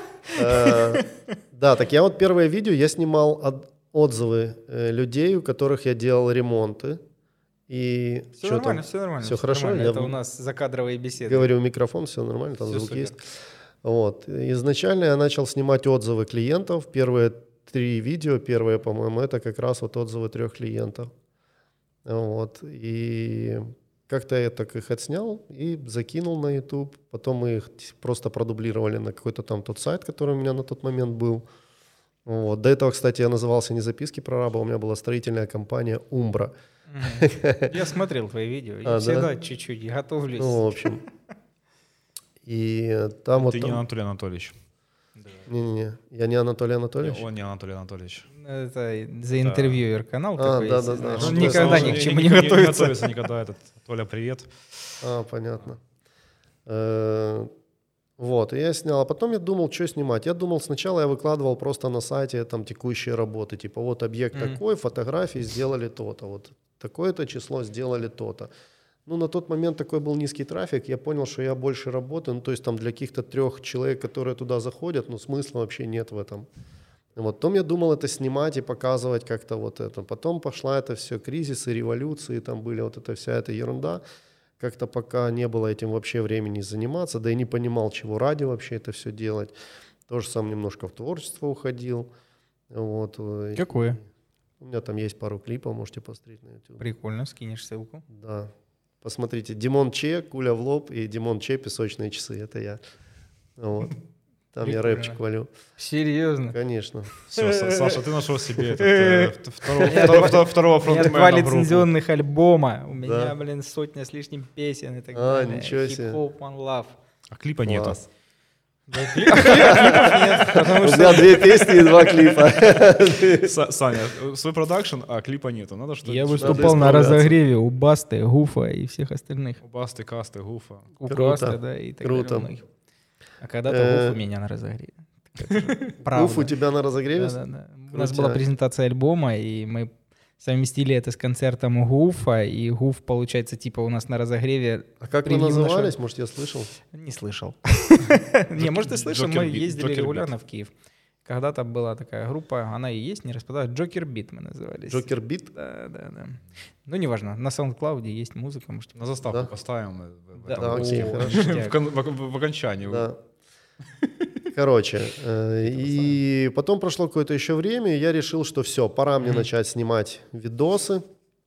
Э, Да, так я вот первое видео, я снимал от- отзывы э, людей, у которых я делал ремонты. И Все чё нормально, там? все нормально. Всё всё хорошо? нормально. Я Это в- у нас закадровые беседы. Говорю в микрофон, все нормально, там Всё звук супер. есть. Вот. Изначально я начал снимать отзывы клиентов. Первые три видео, первые, по-моему, это как раз вот отзывы трех клиентов. Вот. И как-то я так их отснял и закинул на YouTube. Потом мы их просто продублировали на какой-то там тот сайт, который у меня на тот момент был. Вот. До этого, кстати, я назывался не «Записки про раба», у меня была строительная компания «Умбра». Мгм. Я смотрел твои видео. Я А, да? всегда чуть-чуть готовлюсь. Ну, в общем. И там вот... Ты не там- Анатолий Анатольевич. Не-не-не, я не Анатолий Анатольевич. Он не Анатолий Анатольевич. Это The Interviewer канал А, такой, да, если да, знаешь. да. Он Ну, никогда он ни к не- чему не- не не готовится. готовится никогда этот. Толя, привет. А, понятно. Э, Вот, и я снял. А потом я думал, что снимать. Я думал, сначала я выкладывал просто на сайте там текущие работы. Типа вот объект Мгм. такой, фотографии сделали то-то. Вот такое-то число сделали то-то. Ну, на тот момент такой был низкий трафик. Я понял, что я больше работаю. Ну, то есть там для каких-то трех человек, которые туда заходят, ну, смысла вообще нет в этом. Вот. Потом я думал это снимать и показывать как-то вот это. Потом пошла это все, кризисы, революции, там были вот эта вся эта ерунда. Как-то пока не было этим вообще времени заниматься, да и не понимал, чего ради вообще это все делать. Тоже сам немножко в творчество уходил. Вот. Какое? У меня там есть пару клипов, можете посмотреть на YouTube. Прикольно, скинешь ссылку. Да. Посмотрите, Димон Че, Куля в лоб, и Димон Че, песочные часы. Это я. Вот. Там Прикольно. я рэпчик валю. Серьезно? Конечно. Все, Саша, ты нашел себе этот, э, второго, второго, второго, второго У меня фронтмена два в группу. лицензионных альбома. У меня, Да. блин, сотня с лишним песен и так А, далее. ничего себе. Hip-hop, one love. А клипа нету. Класс. Да, кли- а клипов нет, потому У что... меня две песни и два клипа. Са- Саня, свой продакшн, а клипа нету. Надо что-то... Я Надо выступал на исправляться. разогреве у Басты, Гуфа и всех остальных. У Басты, Касты, Гуфа. У Круто. Касты, да, и так Круто. далее. многих. А когда-то Э, Гуф у меня на разогреве. Так это же правда. Уф, у тебя на разогреве? Да, да, да. У нас была Крутяк. презентация альбома, и мы совместили это с концертом у Гуфа, и Гуф, получается, типа у нас на разогреве... А как вы При юноше- назывались? Может, я слышал? Не слышал. Не, может, ты слышал, Джокер мы Бит, ездили Джокер регулярно в Киев. Когда-то была такая группа, она и есть, не распадалась. Джокер Бит мы назывались. Джокер Бит? Да, да, да. Ну, неважно, на SoundCloud есть музыка, можете... На заставку Да? поставим. э, в- в Да, этом Да, окей, о, хорошо. В, ништяк. кон- в- в окончании. Да. Короче, э, и потом прошло какое-то еще время, и я решил, что все, пора мне Мгм. начать снимать видосы.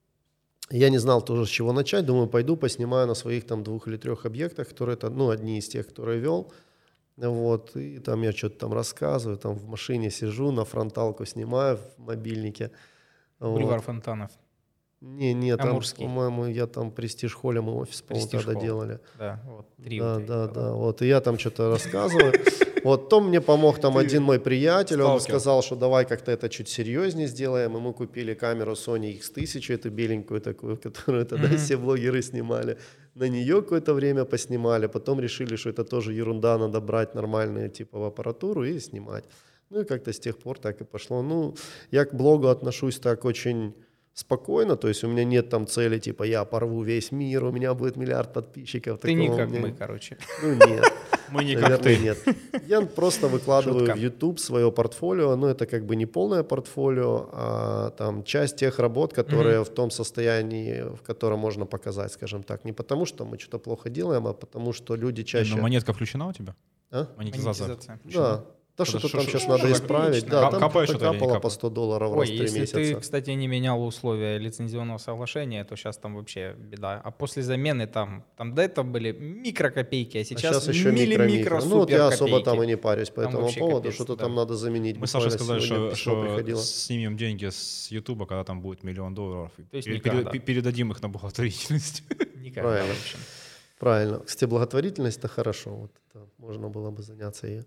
Я не знал тоже, с чего начать. Думаю, пойду поснимаю на своих там двух или трех объектах, которые это, ну, одни из тех, которые вел. Вот, и там я что-то там рассказываю, там в машине сижу, на фронталку снимаю в мобильнике. Вот. Бульвар Фонтанов. Не, не, там, Амурский. по-моему, я там Престиж Холле мы офис, по-моему, Prestige тогда Hall. делали. Да, вот, три Да, вот эти, да, да. Вот, и я там что-то рассказываю. Вот, то мне помог там один мой приятель, он сталкер. сказал, что давай как-то это чуть серьезнее сделаем, и мы купили камеру Sony икс тысяча, эту беленькую такую, которую тогда Мгм. все блогеры снимали. На нее какое-то время поснимали, потом решили, что это тоже ерунда, надо брать нормальную типа в аппаратуру и снимать. Ну и как-то с тех пор так и пошло. Ну, я к блогу отношусь так очень спокойно, то есть у меня нет там цели, типа, я порву весь мир, у меня будет миллиард подписчиков. Ты не Такого как у меня- мы, короче. Ну, нет. Мы не как Наверное, ты. нет. Я просто выкладываю Шутка. в YouTube свое портфолио, но это как бы не полное портфолио, а там часть тех работ, которые в том состоянии, в котором можно показать, скажем так. Не потому, что мы что-то плохо делаем, а потому, что люди Не, чаще... ну, монетка включена у тебя? А? Монетизация? Монетизация. Да. То, что Подожди, там что- сейчас что- надо что исправить. отлично. Да, Кап- там капает что-то что-то или не капало капает? по сто долларов Ой, раз в три если месяца. ты, кстати, не менял условия лицензионного соглашения, то сейчас там вообще беда. А после замены там, там до этого были микрокопейки, а А сейчас, сейчас еще милли-микро микро-микро. Ну вот я особо суперкопейки. там и не парюсь по Там этому вообще поводу, капец, что-то да. там надо заменить. Мы Саше Буквально сказали, сегодня что, письмо что приходило. снимем деньги с Ютуба, когда там будет миллион долларов. и То есть пере- никогда. пере- передадим их на благотворительность. Никогда, Правильно. в общем. Правильно. Кстати, благотворительность это хорошо. Вот это можно было бы заняться ей.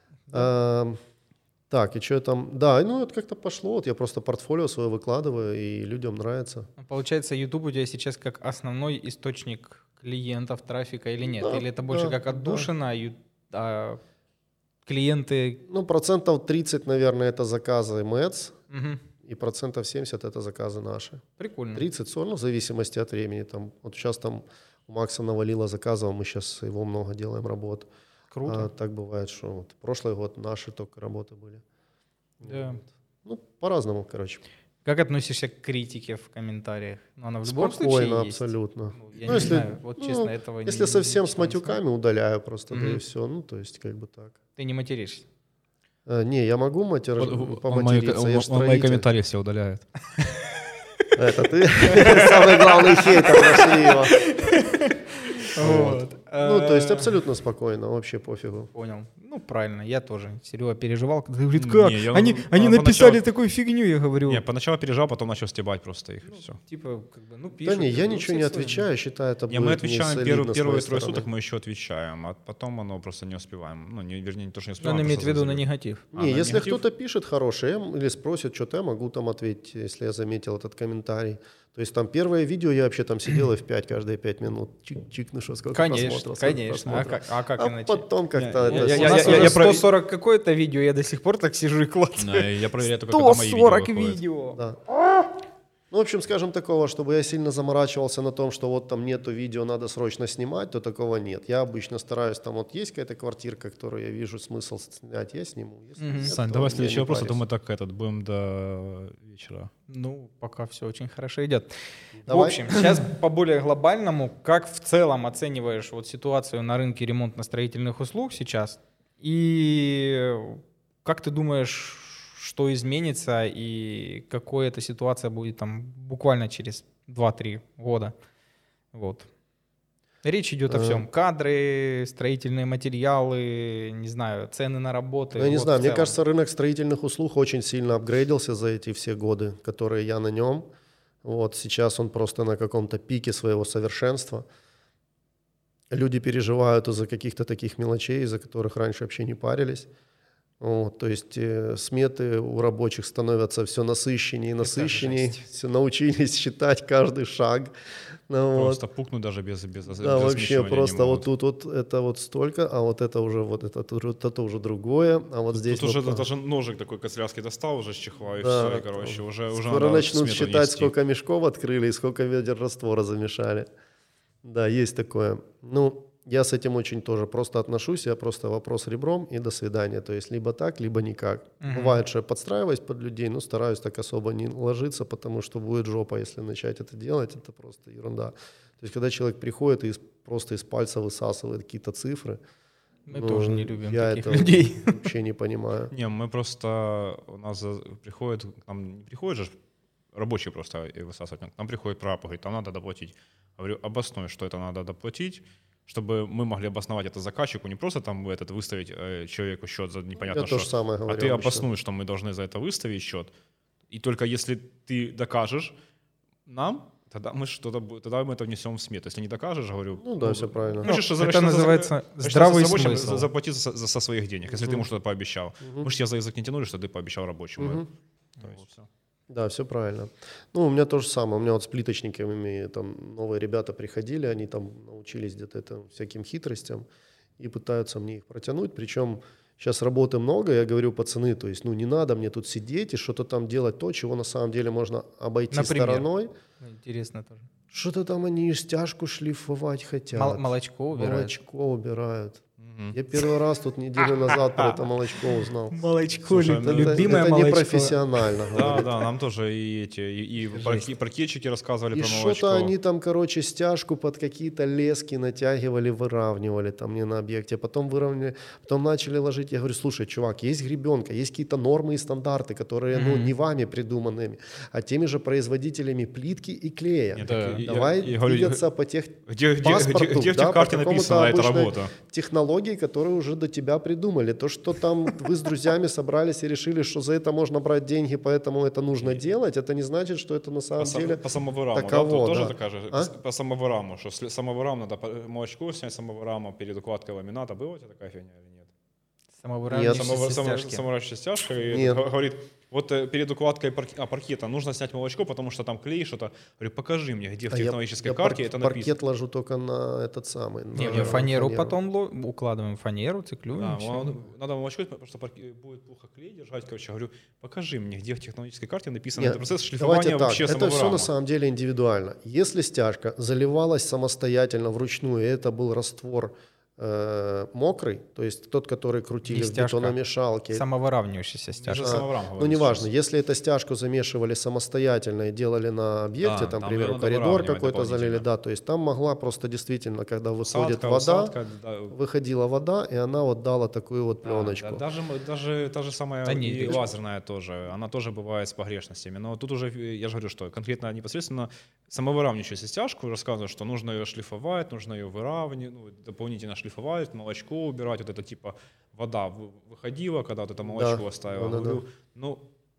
А, так, и что там? Да, ну это как-то пошло. Вот я просто портфолио свое выкладываю, и людям нравится. Ну, получается, YouTube у тебя сейчас как основной источник клиентов, трафика или нет? Да, Или это больше да, как отдушина, а ю- а клиенты... Ну, процентов тридцать, наверное, это заказы Mets, Мгм. и процентов семьдесят это заказы наши. Прикольно. тридцать-сорок, ну, в зависимости от времени. Там, вот сейчас там у Макса навалило заказов, мы сейчас его много делаем работ. Круто. А так бывает, что вот прошлый год наши только работы были. Да. Вот. Ну, по-разному, короче. Как относишься к критике в комментариях? Ну, она в любом случае Спокойно, есть. абсолютно. Ну, я Ну, не если- знаю, вот ну, честно, этого Если не- совсем с ничего не матюками, удаляю просто, да Мгм. и все. Ну, то есть, как бы так. Ты не материшься. Э, не, я могу матер... Вот, он мои, поматериться, я ж он мои строитель. комментарии все удаляет. Это ты самый главный хейтер, нашли его. Вот. Ну, то есть Э, абсолютно спокойно, вообще пофигу. Понял. Ну, правильно, я тоже. Серега переживал, когда говорит, как? Не, я- они а, они поначалу- написали такую фигню, я говорю. Не, поначалу пережал, потом начал стебать просто их. и все. Типа, как бы, ну, Да пишут. не, я ну, ничего у не всех свои. отвечаю, считаю, это Не, будет мы отвечаем не первые, солидно с первые моей трое стороны. суток, мы еще отвечаем, а потом оно просто не успеваем. Ну, не, вернее, не то, что не Ну, успеваем. он а имеет в просто виду на забили. негатив. А, Не, на если негатив? кто-то пишет хорошее я м- или спросит что-то, я могу там ответить, если я заметил этот комментарий. То есть там первое видео я вообще там сидел и в пять каждые пять минут. Чик-чик, ну что, сколько Конечно, просмотров, сколько конечно. А просмотров. как, а как А иначе? потом как-то Я- это я- У я- нас я- уже я про- сто сорок какое-то видео, я до сих пор так сижу и клацаю. Да, я проверяю только, когда мои сто видео сорок выходят. видео. Да. Ну, в общем, скажем такого, чтобы я сильно заморачивался на том, что вот там нету видео, надо срочно снимать, то такого нет. Я обычно стараюсь, там вот есть какая-то квартирка, которую я вижу смысл снять, я сниму. Если Мгм. нет, Сань, то давай я следующий не вопрос, а парюсь. то мы так этот, будем до вечера. Ну, пока все очень хорошо идет. В Давай. общем, сейчас по более глобальному, как в целом оцениваешь вот ситуацию на рынке ремонтно-строительных услуг сейчас? И как ты думаешь, что изменится и какой эта ситуация будет там буквально через два-три года. Вот. Речь идет о всем. Кадры, строительные материалы, не знаю, цены на работу. Я не вот знаю, мне целом. кажется, рынок строительных услуг очень сильно апгрейдился за эти все годы, которые я на нем. Вот сейчас он просто на каком-то пике своего совершенства. Люди переживают из-за каких-то таких мелочей, из-за которых раньше вообще не парились. Вот, то есть э, сметы у рабочих становятся все насыщеннее и насыщеннее, все научились считать каждый шаг. Ну, Просто вот. пукнуть даже без, без, без Да, вообще просто вот тут тут вот это вот столько, а вот это уже вот это, вот это уже другое, а вот здесь Тут вот уже даже ножик такой канцелярский достал уже с чехла, и да, все, и, короче, уже, уже скоро надо начнут смету считать, нести. сколько мешков открыли и сколько ведер раствора замешали. Да, есть такое. Ну, я с этим очень тоже просто отношусь, я просто вопрос ребром и до свидания. То есть либо так, либо никак. Мгм. Бывает, что я подстраиваюсь под людей, но стараюсь так особо не ложиться, потому что будет жопа, если начать это делать, это просто ерунда. То есть когда человек приходит и из- просто из пальца высасывает какие-то цифры, Мы ну, тоже не любим я таких это людей. вообще не понимаю. Не, мы просто, у нас за- приходит, к нам не приходит же рабочий просто и высасывать, к нам приходит прапор, говорит, там надо доплатить. Говорю, обоснуй, что это надо доплатить, чтобы мы могли обосновать это заказчику, не просто там этот выставить э, человеку счет за непонятно Я что, то же самое а говорю ты обычно. обоснуй, что мы должны за это выставить счет. И только если ты докажешь нам, тогда мы что-то, бу- тогда мы это внесем в смету. Если не докажешь, говорю, Ну да, все правильно. мы же что, это что за- называется что здравый за рабочим смысл. за- Заплати за- за- со своих денег, если ты ему что-то пообещал. Мы же тебя за язык не тянули, что ты пообещал рабочему. Мгм. То есть всё. Да, все правильно. Ну, у меня то же самое. У меня вот с плиточниками там новые ребята приходили, они там научились где-то это, всяким хитростям и пытаются мне их протянуть. Причем сейчас работы много, я говорю, пацаны, то есть, ну, не надо мне тут сидеть и что-то там делать то, чего на самом деле можно обойти Например? стороной. Ну, интересно тоже. Что-то там они стяжку шлифовать хотят. Мол- молочко убирают. Молочко убирают. Мгм. Я первый раз тут неделю назад про это молочко узнал. Молочко, Слушай, лю- ну, Это, любимое это молочко. непрофессионально. Да, да, нам тоже и эти, и, и парки- паркетчики рассказывали И про молочко. что-то они там, короче, стяжку под какие-то лески натягивали, выравнивали там мне на объекте. Потом выровняли, потом начали ложить. Я говорю, слушай, чувак, есть гребенка, есть какие-то нормы и стандарты, которые, ну, Мгм. не вами придуманными, а теми же производителями плитки и клея. Нет, Да. так я- Давай я говорю, двигаться по тех где, где, паспорту, где, где в да, техкарте по написано какому-то эта обычной работа? технологии, которые уже до тебя придумали. То, что там вы с друзьями собрались и решили, что за это можно брать деньги, поэтому это нужно делать, это не значит, что это на самом По, сам- деле по самовыраму, таково, да? Тут тоже да. такая же, А? по самовыраму, что сли- самовырам надо по- молочко снять самовыраму перед укладкой ламината. Была у тебя такая фигня или нет? Самовыравнивающиеся Нет. Самовыр- само- стяжки. Самовыравнивающая стяжка и Нет. г- говорит, вот э, перед укладкой парк- а, паркета нужно снять молочко, потому что там клей, что-то. Говорю, покажи мне, где в А я- технологической я карте пар- это паркет написано. ложу только на этот самый. Не, на мы фанеру фанеру. потом ло- укладываем, фанеру, циклюем. Да, всё. он- надо молочко, потому что парке- будет плохо клей держать. Короче, говорю, покажи мне, где в технологической карте написано Нет, этот процесс шлифования давайте так, вообще это все самовырама. на самом деле индивидуально. Если стяжка заливалась самостоятельно вручную, и это был раствор э, мокрый, то есть тот, который крутили И в стяжка. бетономешалке. Самовыравнивающаяся Даже стяжка. А, самовырам Ну, говорит неважно, сейчас. если эту стяжку замешивали самостоятельно и делали на объекте, Да, там, там к примеру, её надо коридор выравнивать какой-то залили, дополнительно. да, то есть там могла просто действительно, когда выходит Усадка, вода, усадка, да, выходила вода, и она вот дала такую вот да, пленочку. да, даже, мы- даже та же самая Да не, и это- лазерная тоже, она тоже бывает с погрешностями. Но тут уже, я же говорю, что конкретно непосредственно самовыравнивающуюся стяжку рассказывают, что нужно ее шлифовать, нужно ее выравнивать, ну, дополнительно шлифовать, молочко убирать, вот это типа вода вы- выходила, когда вот это молочко Да, оставила. да, да, Говорю, ну,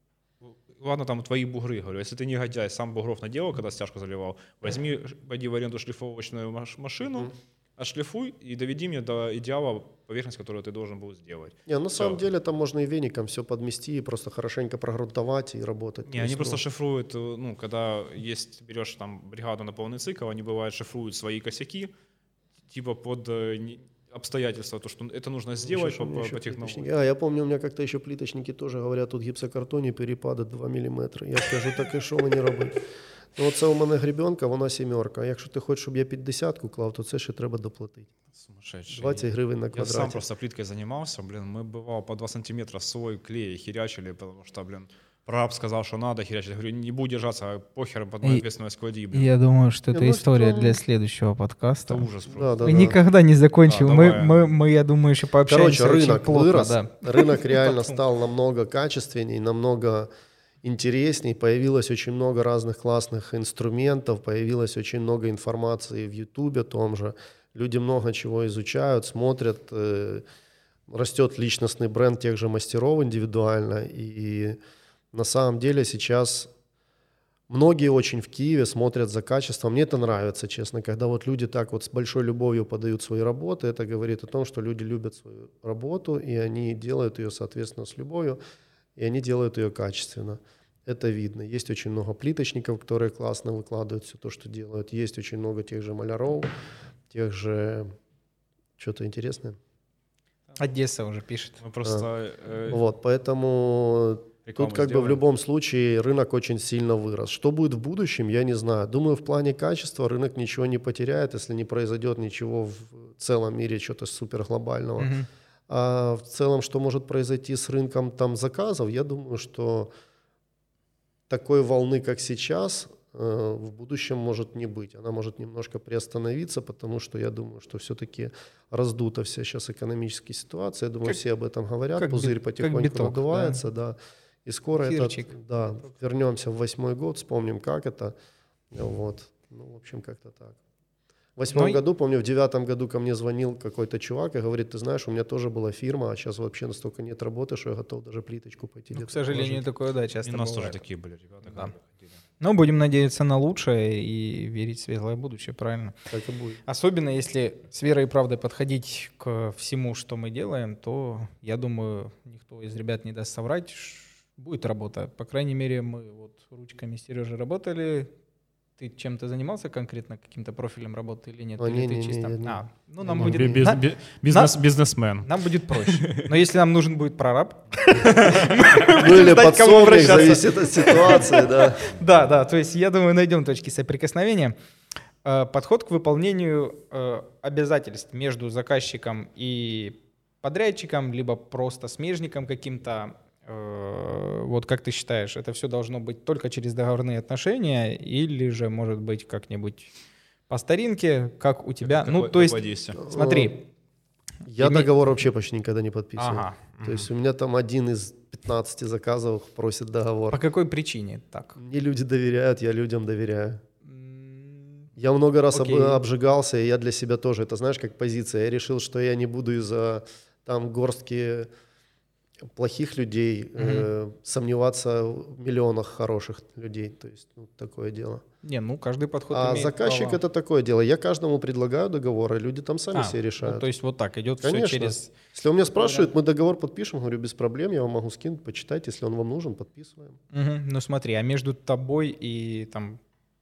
ладно, там твои бугры, говорю, если ты негодяй, сам бугров наделал, когда стяжку заливал, возьми, пойди в аренду шлифовочную маш- машину, Мгм. отшлифуй и доведи мне до идеала поверхность, которую ты должен был сделать. Не, на Всё. самом деле там можно и веником все подмести, и просто хорошенько прогрунтовать и работать. Не, То они есть, просто ну, шифруют, э, ну, когда есть, берешь там бригаду на полный цикл, они бывает шифруют свои косяки, типа под э, не- обстоятельства, то, что это нужно сделать еще по, ж у меня по, еще по технологии. плиточники. А, я помню, у меня как-то еще плиточники тоже говорят, тут гіпсокартоні перепады два міліметри. Я скажу, так і що мені робити? Ну, оце у мене гребенка, вона сімерка. А якщо ти хочеш, щоб я п'ятдесятку клав, то це ще треба доплатити. Сумасшедший. двадцять гривень на Я квадраті. сам просто плиткой занимался, блин, мы бывало по два сантиметра слой клея херячили, потому что, блин, прораб сказал, что надо херачить. Я говорю, не буду держаться, а похер, под мою И- ответственность клади, блин. Я думаю, что Не, это ну история что- для следующего подкаста. Это ужас просто. Да, да, Мы да. никогда не закончим. Да, мы, давай. мы, мы, я думаю, еще пообщаемся Короче, очень рынок плотно. вырос, Да. рынок реально Потом. стал намного качественней, намного интересней, появилось очень много разных классных инструментов, появилось очень много информации в Ютубе том же, люди много чего изучают, смотрят, э, растет личностный бренд тех же мастеров индивидуально, и на самом деле сейчас многие очень в Киеве смотрят за качеством. Мне это нравится, честно, когда вот люди так вот с большой любовью подают свои работы, это говорит о том, что люди любят свою работу, и они делают ее, соответственно, с любовью, и они делают ее качественно. Это видно. Есть очень много плиточников, которые классно выкладывают все то, что делают. Есть очень много тех же маляров, тех же... Что-то интересное. Одесса уже пишет. Мы просто... э, Вот, поэтому рекламу тут как бы в сделаем. любом случае рынок очень сильно вырос. Что будет в будущем, я не знаю. Думаю, в плане качества рынок ничего не потеряет, если не произойдет ничего в целом мире, что-то суперглобального. Мгм. А в целом, что может произойти с рынком там заказов, я думаю, что такой волны, как сейчас, э, в будущем может не быть. Она может немножко приостановиться, потому что я думаю, что все-таки раздута вся сейчас экономическая ситуация. Я думаю, Как- все об этом говорят. как Пузырь бит- как потихоньку биток, надувается, да. И скоро Эфирчик. это, да, вернемся в восьмой год, вспомним, как это. Вот. Ну, в общем, как-то так. В восьмом Ну и- году, помню, в девятом году ко мне звонил какой-то чувак и говорит, ты знаешь, у меня тоже была фирма, а сейчас вообще настолько нет работы, что я готов даже плиточку пойти Ну, где-то к сожалению, положить». такое, да, И часто у нас тоже бывает. такие были ребята, Да. которые ходили. Но будем надеяться на лучшее и верить в светлое будущее, правильно? Так и будет. Особенно если с верой и правдой подходить к всему, что мы делаем, то, я думаю, никто из ребят не даст соврать, ш- будет работа. По крайней мере, мы вот ручками Сережи работали. Ты чем-то занимался конкретно, каким-то профилем работы или нет? А, Или ты не-не-не, чисто... я не- А, ну, не нам могу. будет... Би- биз- на- би- Бизнес, бизнесмен. Нам будет проще. Но если нам нужен будет прораб, Ну или знать, к кому подсобник, обращаться. зависит от ситуации, да. да, да, то есть я думаю, найдем точки соприкосновения. Э, Подход к выполнению э, обязательств между заказчиком и подрядчиком, либо просто смежником каким-то, э, вот как ты считаешь, это все должно быть только через договорные отношения или же, может быть, как-нибудь по старинке, как у тебя? Как Ну, в- то как есть, в Одессе. смотри. Я Име- договор вообще почти никогда не подписываю. Ага. То есть у меня там один из пятнадцати заказов просит договор. По какой причине так? Мне люди доверяют, я людям доверяю. М, Я много раз об- Окей. обжигался, и я для себя тоже, это знаешь, как позиция. Я решил, что я не буду из-за там горстки плохих людей э, сомневаться в миллионах хороших людей. То есть ну, такое дело. Не, ну каждый подход А имеет заказчик право. это такое дело. Я каждому предлагаю договор, а люди там сами А, себе ну, решают. то есть вот так идет все Конечно. через... Если он меня спрашивает, мы договор подпишем, говорю, без проблем, я вам могу скинуть, почитать, если он вам нужен, подписываем. Мгм. Ну смотри, а между тобой и там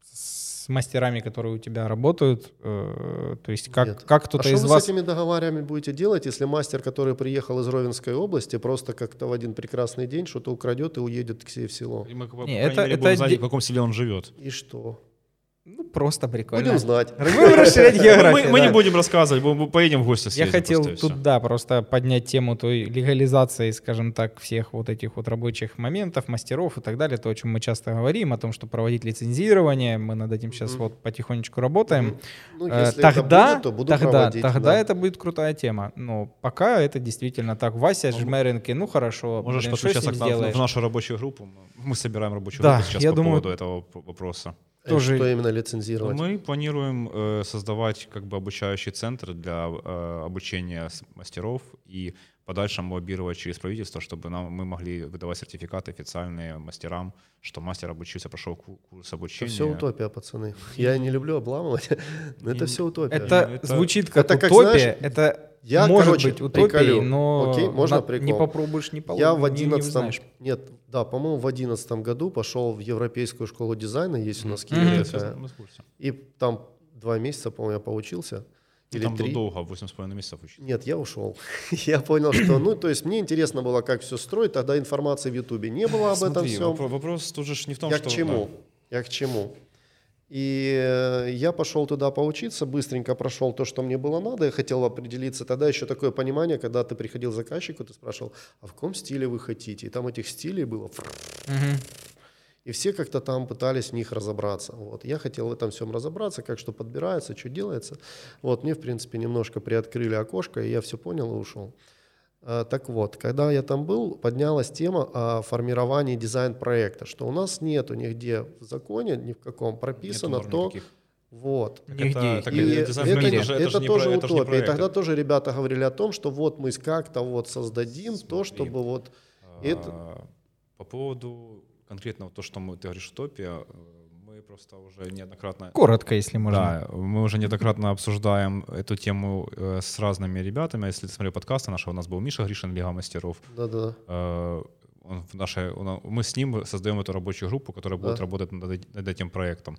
с мастерами, которые у тебя работают, э, то есть как, Нет. как А кто-то что из вы вас... с этими договорами будете делать, если мастер, который приехал из Ровенской области, просто как-то в один прекрасный день что-то украдет и уедет к себе в село? И мы, по Не, крайней это- мере, это будем знать, де- в каком селе он живет. И что? Ну просто прикольно. Будем знать. Будем расширять Мы, географию. мы да. не будем рассказывать, мы мы поедем в гости Я съездим хотел просто, и тут, всё. да, просто поднять тему той легализации, скажем так, всех вот этих вот рабочих моментов, мастеров и так далее, то, о чем мы часто говорим, о том, что проводить лицензирование, мы над этим сейчас Мгм. вот потихонечку работаем. Ну, Э, если тогда, это будет, то буду тогда, проводить. тогда да. это будет крутая тема. Но пока это действительно так. Вася Жмеренки, ну хорошо, Можешь блин, что с подключаться ним к нам- сделаешь? в нашу рабочую группу. Мы собираем рабочую Да, группу сейчас я по думаю- поводу этого п- вопроса. Э, тоже- Что именно Ну, лицензировать? Мы планируем э, создавать как бы обучающий центр для э, обучения с- мастеров и в подальшем лоббировать через правительство, чтобы нам, мы могли выдавать сертификаты официальные мастерам, что мастер обучился, прошел ку- курс Это обучения. все утопия, пацаны. Я не люблю обламывать, но это все утопия. Это, Это- звучит как это как, утопия, знаешь, это я, может короче, быть утопией, приколю. но Окей, можно на- прикол? не попробуешь, не Я получишь, в не, не одиннадцатом, узнаешь. нет, да, по-моему, в одиннадцатом году пошел в Европейскую школу дизайна, есть у нас в Мгм. Киеве Я такая. всё- мы в курсе. И там два месяца, по-моему, я поучился. Или Там три. долго, восемь с половиной месяцев учиться. Нет, я ушел. Я понял, что, ну, то есть мне интересно было, как все строить, тогда информации в Ютубе не было об этом Смотри, всем. вопро- вопрос тут же ж не в том, Я что... к чему? Я к чему? И я пошел туда поучиться, быстренько прошел то, что мне было надо, я хотел определиться. Тогда еще такое понимание, когда ты приходил к заказчику, ты спрашивал, а в каком стиле вы хотите? И там этих стилей было... Мгм. И все как-то там пытались в них разобраться. Вот. Я хотел в этом всем разобраться, как что подбирается, что делается. Вот. Мне, в принципе, немножко приоткрыли окошко, и я все понял и ушел. А, так вот, когда я там был, поднялась тема о формировании дизайн-проекта, что у нас нету нигде в законе, ни в каком прописано Нету норм то... никаких. Вот. Нигде. Это, так, И это, это, дизайн это, проекта не- же- это же не тоже про- это же не утопия. И проект. тогда тоже ребята говорили о том, что вот мы как-то вот создадим то, Смотри. чтобы вот... А, Это... По поводу конкретно то, что мы, ты говоришь, утопия, э, мы просто уже неоднократно... Коротко, если можно. Да, мы уже неоднократно обсуждаем эту тему э, с разными ребятами. Если ты смотрел подкасты нашего, у нас был Миша Гришин, Лига мастеров. Да-да. Э, он в нашей, он- мы с ним создаем эту рабочую группу, которая будет Да. работать над, эт- над этим проектом.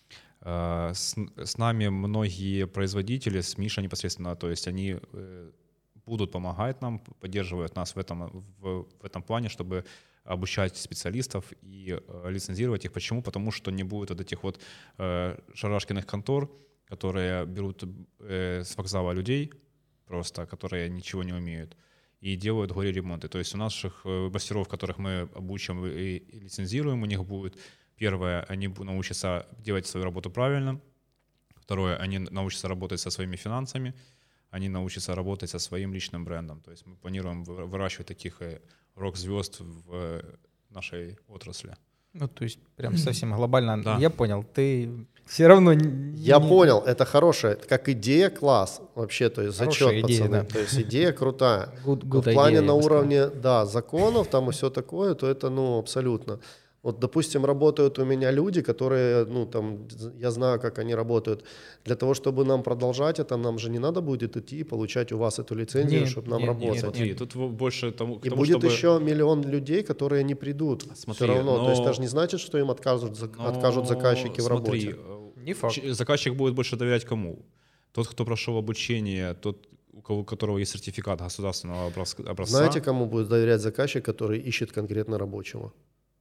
Э, С, с нами многие производители, с Мишей непосредственно, то есть они э, будут помогать нам, поддерживают нас в этом, в, в этом плане, чтобы обучать специалистов и э, лицензировать их. Почему? Потому что не будет вот этих вот э, шарашкиных контор, которые берут э, с вокзала людей просто, которые ничего не умеют, и делают горе-ремонты. То есть у наших э, мастеров, которых мы обучим и, и лицензируем, у них будет, первое, они бу- научатся делать свою работу правильно, второе, они научатся работать со своими финансами, они научатся работать со своим личным брендом. То есть мы планируем вы- выращивать таких э, рок-звезд в э, нашей отрасли. Ну, то есть прям совсем глобально. Да. Я понял, ты все равно... не- Я понял, это хорошая, как идея класс вообще, то есть Хорошая зачет, идея, пацаны, да. то есть идея крутая. Good- Но good в плане idea, на я бы сказал. уровне, да, законов там и все такое, то это, ну, абсолютно. Вот, допустим, работают у меня люди, которые, ну, там, я знаю, как они работают. Для того, чтобы нам продолжать это, нам же не надо будет идти и получать у вас эту лицензию, Нет, чтобы нам нет, работать. нет, Смотри, тут в- больше тому, к И тому, будет чтобы... еще миллион людей, которые не придут. Смотри, все равно. но- То есть это же не значит, что им откажут, зак- Но откажут заказчики в смотри, работе. э, Не факт. ч- заказчик будет больше доверять кому? Тот, кто прошел обучение, тот, у кого, у которого есть сертификат государственного образ- образца. Знаете, кому будет доверять заказчик, который ищет конкретно рабочего?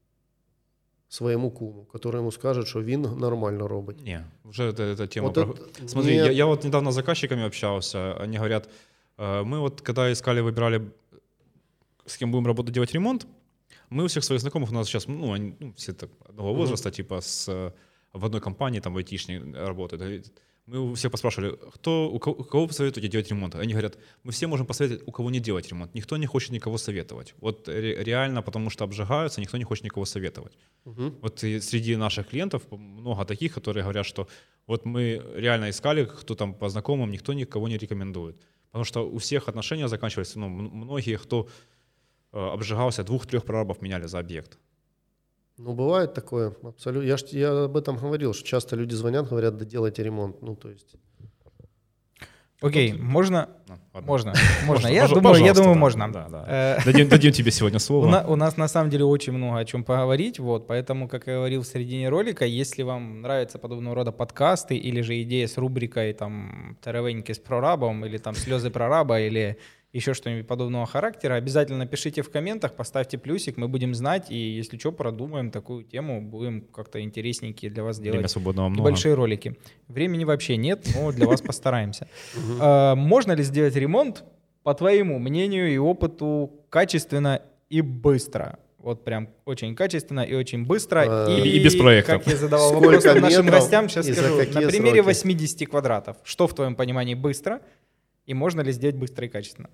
Своему куму, который ему скажет, что він нормально робить. Не, уже это, эта тема. Вот про- это- Смотри, нет. я, я вот недавно с заказчиками общался, они говорят, э, мы вот когда искали, выбирали, с кем будем работать, делать ремонт, мы у всех своих знакомых, у нас сейчас, ну, они, ну, все так одного возраста, типа с, э, в одной компании, там, в айтишной работают. Говорит, мы у всех поспрашивали, кто, у, кого, у кого вы советуете делать ремонт? Они говорят, мы все можем посоветовать, у кого не делать ремонт. Никто не хочет никого советовать. Вот ре- реально, потому что обжигаются, никто не хочет никого советовать. Мгм. Вот и среди наших клиентов много таких, которые говорят, что вот мы реально искали, кто там по знакомым, никто никого не рекомендует. Потому что у всех отношения заканчивались, ну, м- многие, кто э, обжигался, двух-трех прорабов меняли за объект. Ну, бывает такое, абсолютно. Я, ж, я об этом говорил, что часто люди звонят, говорят, да делайте ремонт. Ну, то есть... Окей, можно? Ну, ладно. Можно, можно. Я Пожа- думаю, я пожалуйста, думаю, да, можно. да, да. Э, Дадим, дадим тебе сегодня слово. У, на- у нас на самом деле очень много о чем поговорить, вот, поэтому, как я говорил в середине ролика, если вам нравятся подобного рода подкасты или же идея с рубрикой там «Теревеньки с прорабом» или там «Слезы прораба» или еще что-нибудь подобного характера, обязательно пишите в комментах, поставьте плюсик, мы будем знать, и если что, продумаем такую тему, будем как-то интересненькие для вас делать. Время свободного много. Небольшие ролики. Времени вообще нет, но для вас постараемся. А, Можно ли сделать ремонт, по твоему мнению и опыту, качественно и быстро? Вот прям очень качественно и очень быстро. А, и- и без проектов. Как я задавал Сколько вопрос нашим метров гостям, сейчас и за скажу. На какие примере сроки? восемьдесят квадратов. Что в твоем понимании быстро? И можно ли сделать быстро и качественно?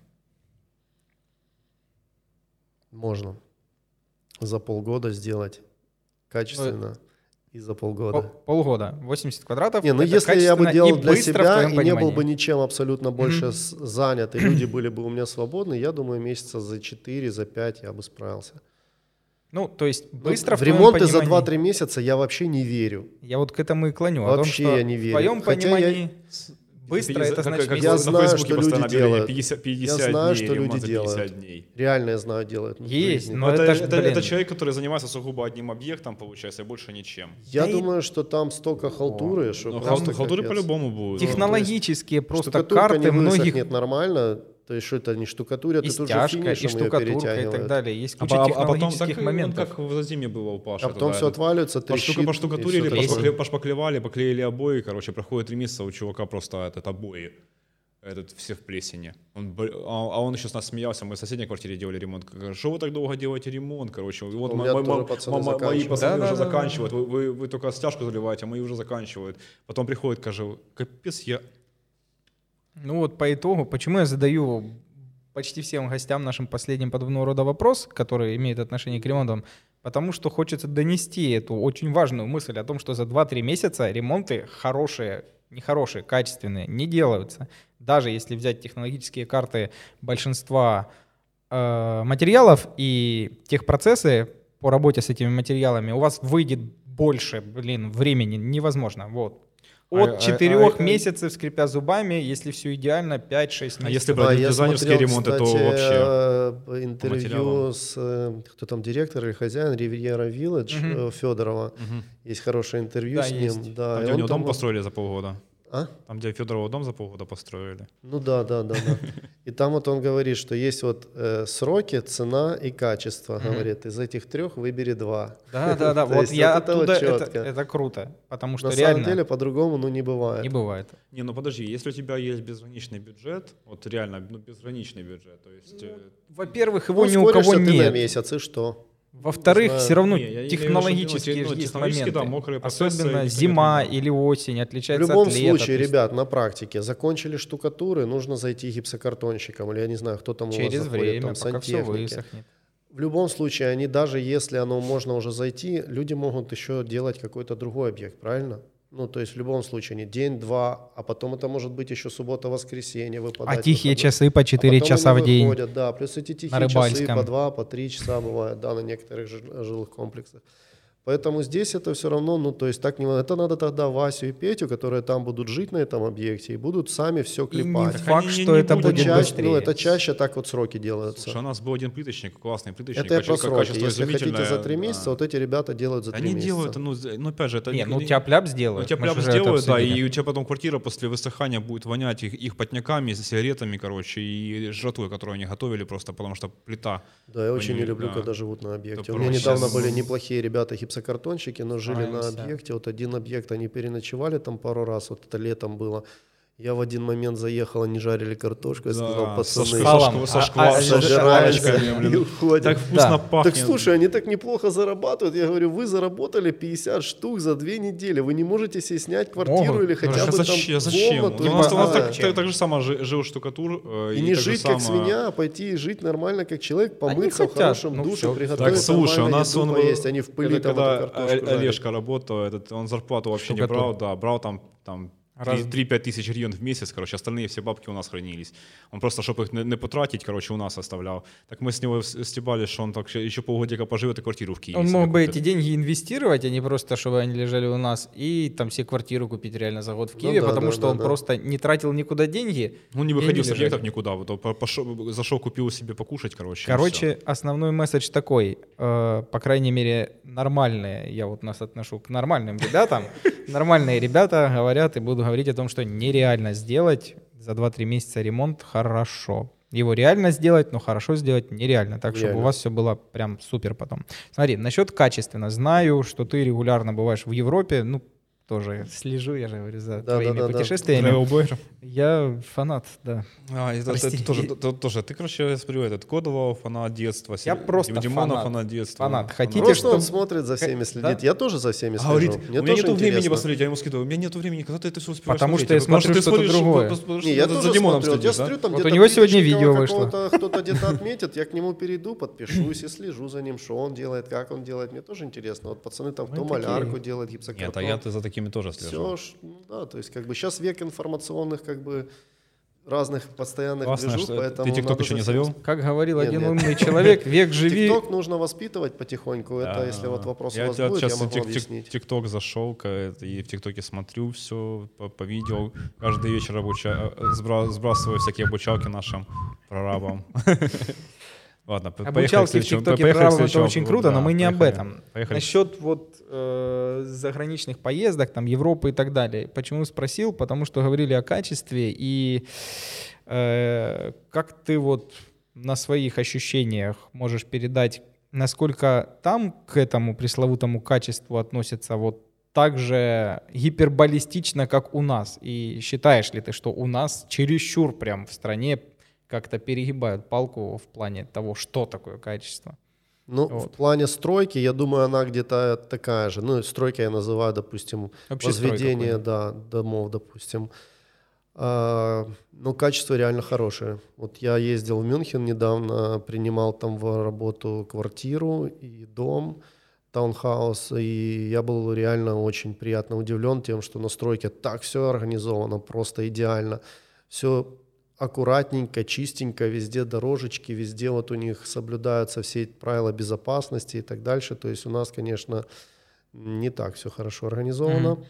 Можно за полгода сделать качественно и за полгода. Пол- полгода. восемьдесят квадратов. Не, ну это если я бы качественно делал и для быстро в себя твоем и не был понимании. бы ничем абсолютно больше Мгм. с- занят, и люди были бы у меня свободны, я думаю, месяца за четыре, за пять я бы справился. Ну, то есть Ну, быстро в, в твоем ремонты за понимании- два-три месяца я вообще не верю. Я вот к этому и клоню. о том, Вообще что я не верю. В твоем Хотя я- понимании быстро это Как- значит как месяц. Я на знаю, Фейсбуке что постоянно люди объявление, делают. пятьдесят, пятьдесят Я знаю, дней, что ремонт люди за пятьдесят делают. дней. Реально я знаю, делают. Ну, в Есть, жизни. но это, это ж, это, блин. это человек, который занимается сугубо одним объектом, получается, и больше ничем. Я Да и- думаю, что там столько халтуры, что Ну, просто халтуры капец. по-любому будут. Технологические просто Штукатурка не карты многих... высохнет нормально, То есть что это не штукатурят, И это уже стяжка, и финишем её штукатурка, и перетягивают. так далее. Есть А, куча по- а потом, технологических так, моментов. ну, как в Зазиме было у Паши. А потом туда все этот- отваливается, Поштука- трещит. и Поштукатурили, всё Есть. такое. пошпакле- пошпаклевали, поклеили обои, короче, проходит три месяца, у чувака просто этот обои. Этот все в плесени. Он, б- а, а он еще с нас смеялся, мы в соседней квартире делали ремонт. Говорит, что вы так долго делаете ремонт, короче? Вот У мо- меня мо- тоже мо- пацаны мо- мои заканчивают. пацаны Да, уже да, да, заканчивают. Вы, вы, вы только стяжку заливаете, а мои уже заканчивают. Потом приходит, каже, капец, я... Ну вот по итогу, почему я задаю почти всем гостям нашим последним подобного рода вопрос, который имеет отношение к ремонтам, потому что хочется донести эту очень важную мысль о том, что за два-три месяца ремонты хорошие, нехорошие, качественные не делаются. Даже если взять технологические карты большинства э, материалов и техпроцессы по работе с этими материалами, у вас выйдет больше, блин, времени невозможно. Вот. От А- а- четырех а- месяцев, скрипя зубами, если все идеально, пять-шесть А месяцев. если Да, брать я дизайнерские смотрел, ремонты, то кстати, вообще... э, интервью материалам. с, э, кто там, директор или хозяин, Riviera Village, Мгм. э, Федорова. Мгм. Есть хорошее интервью Да, с ним. есть. Да, Там, и где у он него там дом вот- построили за полгода. А? Там, где Федорова дом за полгода построили. Ну да, да, да, да. И там вот он говорит, что есть вот э, сроки, цена и качество. Мгм. Говорит, из этих трех выбери два. Да, да, да. То Вот есть я вот это вот оттуда, это, чётко. это круто, потому что На реально самом деле по-другому ну не бывает. не бывает. Не, ну подожди, если у тебя есть безграничный бюджет, вот реально, ну безграничный бюджет, то есть... э, Во-первых, Ну, его ни у кого ускоришься ты на нет. месяц, и что? Во-вторых, знаю. все равно Не, я имею в виду, технологические что, ну, же есть технологически, да, моменты. мокрые процессы, Особенно непонятно зима куда. или осень В отличается любом от лета. случае, то есть ребят, на практике закончили штукатуры, нужно зайти гипсокартонщиком, или я не знаю, кто там у вас через заходит, время, там, пока все сантехники. высохнет. В любом случае, они даже если оно можно уже зайти, люди могут еще делать какой-то другой объект, правильно? Ну, то есть в любом случае не день-два, а потом это может быть еще суббота-воскресенье выпадать. А тихие выходной. часы по А четыре потом часа они в день. выходят, да, плюс эти тихие на часы Рыбальском. по два, по три часа бывают, да, на некоторых жи- жилых комплексах. Поэтому здесь это все равно, ну, то есть так не это надо тогда Васю и Петю, которые там будут жить на этом объекте и будут сами все И не клепать. Так факт, они что не это будут будет чаще, быстрее. ну, это чаще так вот сроки делаются. Слушай, у нас был один плиточник, классный плиточник. Это я каче- про сроки. качество Если хотите изумительное, за три да. месяца, вот эти ребята делают за три Они месяца. делают, ну, з- ну, опять же, это... Не, ну не- тяп-ляп Ну, сделают. тебя Мы прям же это сделают, да, обсудили. и у тебя потом квартира после высыхания будет вонять их, их потняками, с сигаретами, короче, и жратвой, которую они готовили просто, потому что плита... Да, я очень не Они, люблю, да. когда живут на объекте. Это У меня проще. недавно были неплохие ребята гипсокартонщики, но жили на Стараемся. объекте. Вот один объект, они переночевали там пару раз, вот это летом было. Я в один момент заехал, они жарили картошку, я Да, сказал, со пацаны, шк- Салом. со шк- со А- а- шква- со зажираемся шкварочками, и блин. уходим. Так вкусно Да. пахнет. Так слушай, они так неплохо зарабатывают. Я говорю, вы заработали пятьдесят штук за две недели. Вы не можете себе снять квартиру Могут. или хотя А бы зачем? там Зачем? комнату. Ну, у нас, у нас Да. так, так, так же само жи- жил штукатур. э, И не так же жить как само- свинья, а пойти и жить нормально как человек, Они помыться в хотят, хорошем ну душе, всё. приготовить Так, слушай, у нормально нас еду он был, поесть, а не в пыли когда, там эту когда картошку О- жарить. Олежка работал, этот, он зарплату вообще не Штукатур. брал, да, брал там, там Раз- три-пять тысяч гривен в месяц, короче, остальные все бабки у нас хранились. Он просто, чтобы их не, не потратить, короче, у нас оставлял. Так мы с него с- стебали, что он так еще- еще полгодика поживет и квартиру в Киеве Он себе мог бы купит. эти деньги инвестировать, а не просто, чтобы они лежали у нас, и там себе квартиру купить реально за год в Ну Киеве, да, потому да, что да, он да. просто не тратил никуда деньги. Он не деньги выходил с лежали. объектов никуда, вот он по- пошел, зашел, купил себе покушать, короче. и Короче, всё. основной месседж такой, э, по крайней мере, нормальные, я вот нас отношу к нормальным ребятам, нормальные ребята говорят и буду говорить о том, что нереально сделать за два-три месяца ремонт хорошо. Его реально сделать, но хорошо сделать нереально. Так, чтобы Реально. у вас все было прям супер потом. Смотри, насчет качественно. Знаю, что ты регулярно бываешь в Европе, ну, тоже слежу, я же говорю, за Да, твоими да, да, да. путешествиями. Trailblogger. Я фанат, да. А, это, Прости. это тоже, то- тоже. Ты, короче, я смотрю, этот Кодового фанат детства. Я просто Димона фанат. фанат детства. Фанат. Хотите, Просто он чтоб- смотрит за всеми, Да? следит. Я тоже за всеми А слежу. говорит, Мне у меня тоже нету времени интересно. посмотреть, я ему скидываю, у меня нету времени, когда ты это все успеваешь Потому что смотреть? я смотрю ты что-то смотришь, другое. пос- потому Не, что я за тоже Димоном смотрю. Вот следишь, я да? смотрю, там Вот где-то у него сегодня Плиточникова видео вышло. какого-то кто-то где-то отметит, я к нему перейду, подпишусь и слежу за ним, что он делает, как он делает. Мне тоже интересно. Вот пацаны там кто такие. малярку делает, гипсокартон. Нет, а я-то за такими тоже слежу. Все, ну, да, то есть как бы сейчас век информационных как бы разных постоянных Классно, движух, что поэтому ты ТикТок надо еще не за всем завел? Как говорил Нет, один нет. умный человек, век живи. ТикТок нужно воспитывать потихоньку. Это если вот вопрос у я вас тебя будет, я сейчас могу тик- тик- объяснить. ТикТок зашел, ка- и в ТикТоке смотрю все по, по видео. Каждый вечер обуча... сбра- сбрасываю всякие обучалки нашим прорабам. Ладно, по- поехали к Обучалки в следующему. ТикТоке Поехали к проработал, это следующему. очень круто, Да, но мы не об поехали. этом. Поехали. Насчет вот э, заграничных поездок, там, Европы и так далее. Почему спросил? Потому что говорили о качестве, и э, как ты вот на своих ощущениях можешь передать, насколько там к этому пресловутому качеству относятся вот так же гиперболистично, как у нас? И считаешь ли ты, что у нас чересчур прям в стране как-то перегибают палку в плане того, что такое качество? Ну, Вот. в плане стройки, я думаю, она где-то такая же. Ну, стройки я называю, допустим, Вообще строй возведение, какой-нибудь. да, домов, допустим. А, ну, качество реально хорошее. Вот я ездил в Мюнхен недавно, принимал там в работу квартиру и дом, таунхаус, и я был реально очень приятно удивлен тем, что на стройке так все организовано, просто идеально. Все аккуратненько, чистенько, везде дорожечки, везде вот у них соблюдаются все правила безопасности и так дальше. То есть у нас, конечно, не так все хорошо организовано, Mm-hmm.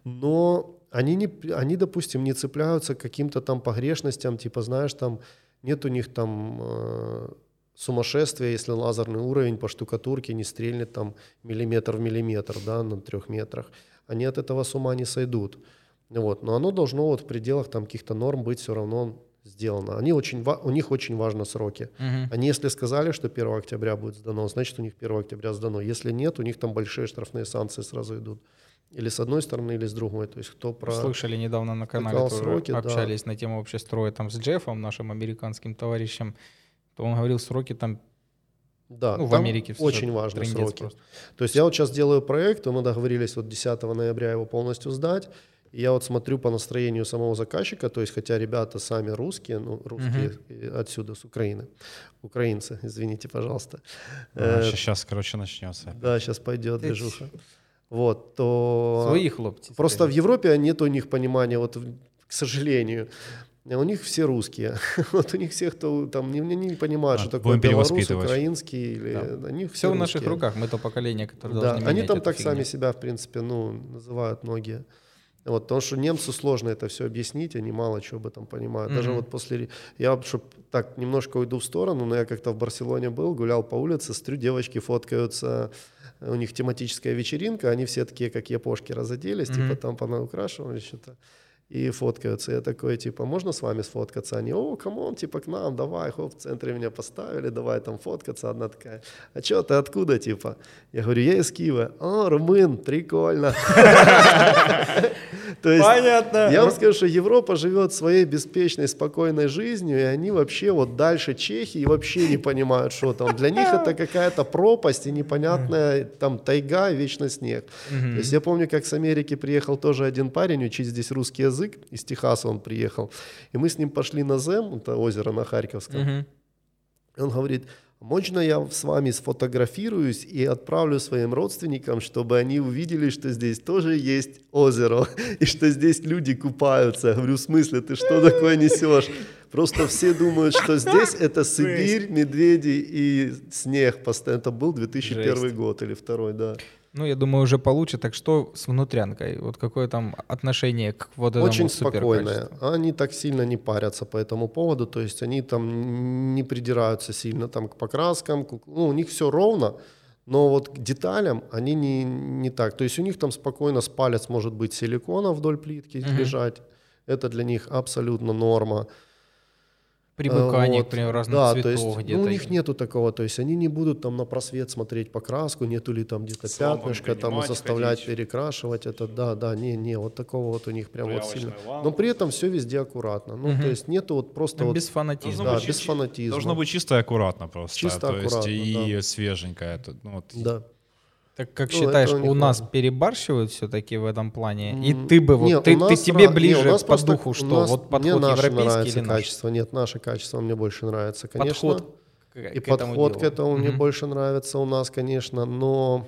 но они, не, они, допустим, не цепляются к каким-то там погрешностям, типа, знаешь, там нет у них там э, сумасшествия, если лазерный уровень по штукатурке не стрельнет там миллиметр в миллиметр, да, на трех метрах. Они от этого с ума не сойдут. Вот. Но оно должно вот в пределах там каких-то норм быть все равно сделано. Они очень, у них очень важны сроки. Угу. Они если сказали, что первого октября будет сдано, значит у них первого октября сдано. Если нет, у них там большие штрафные санкции сразу идут. Или с одной стороны, или с другой. То есть кто про... Слышали недавно на канале, тоже сроки, общались да. на тему вообще строя там с Джеффом, нашим американским товарищем, то он говорил, сроки там, да, ну, в там Америке очень важны трындец сроки. просто. То есть я вот сейчас делаю проект, мы договорились вот десятого ноября его полностью сдать. И я вот смотрю по настроению самого заказчика, то есть хотя ребята сами русские, ну русские uh-huh. отсюда, с Украины, украинцы, извините, пожалуйста. А, сейчас, короче, начнется. Да, сейчас пойдет движуха. Вот, то... Свои хлопцы. Просто скажи. В Европе нет у них понимания, вот, к сожалению. У них все русские. Вот у них все, кто там не, не понимают, а, что такое белорус, украинский. Или, да. они все, все в русские. наших руках, мы то поколение, которое да. должны Они там так фигню. сами себя, в принципе, ну, называют многие. Вот, потому что немцу сложно это все объяснить, они мало чего об этом понимают. Mm-hmm. Даже вот после... Я, чтобы так немножко уйду в сторону, но я как-то в Барселоне был, гулял по улице, смотрю, девочки фоткаются, у них тематическая вечеринка, они все такие, как япошки, разоделись, mm-hmm. типа там понаукрашивали что-то. И фоткаются. Я такой, типа, можно с вами сфоткаться? Они, о, камон, типа, к нам, давай, хоп, в центре меня поставили, давай там фоткаться. Одна такая, а что ты, откуда, типа? Я говорю, я из Киева. А, румын, прикольно. Понятно. Я вам скажу, что Европа живет своей беспечной, спокойной жизнью, и они вообще вот дальше Чехии вообще не понимают, что там. Для них это какая-то пропасть и непонятная там тайга и вечный снег. То есть я помню, как с Америки приехал тоже один парень учить здесь русский язык. Из Техаса он приехал. И мы с ним пошли на Зем, это озеро на Харьковском. Uh-huh. И он говорит, можно я с вами сфотографируюсь и отправлю своим родственникам, чтобы они увидели, что здесь тоже есть озеро, и что здесь люди купаются. Я говорю, в смысле, ты что такое несешь? Просто все думают, что здесь это Сибирь, медведи и снег постоянно. Это был две тысячи первый Жесть. Год или второй, да. Ну, я думаю, уже получше. Так что с внутрянкой? Вот какое там отношение к вот этому Очень суперкачеству? спокойное. Они так сильно не парятся по этому поводу. То есть они там не придираются сильно там, к покраскам. К, ну, у них все ровно, но вот к деталям они не, не так. То есть у них там спокойно с палец может быть силикона вдоль плитки mm-hmm. лежать. Это для них абсолютно норма. Примыкание, вот, к примеру, разных да, цветов то есть, где-то. Ну, у них нету такого, то есть они не будут там на просвет смотреть покраску, нету ли там где-то пятнышко, там заставлять ходить. Перекрашивать это, да, да, не, не, вот такого вот у них прям вот сильно. Лампа. Но при этом все везде аккуратно, ну, угу. то есть нету вот просто вот... Без фанатизма. Да, без фанатизма. Должно быть чисто и аккуратно просто. Чисто то аккуратно, есть и да. свеженько. Это, ну, вот. Да. Так как ну, считаешь, у нас важно. Перебарщивают все-таки в этом плане? И ты бы вот, не, ты, ты тебе ра... ближе не, по просто, духу, что нас, вот подход мне европейский нравится или наш? качество? Нет, наше качество мне больше нравится, конечно. Подход к, и к подход этому к этому делу. мне Угу. больше нравится у нас, конечно, но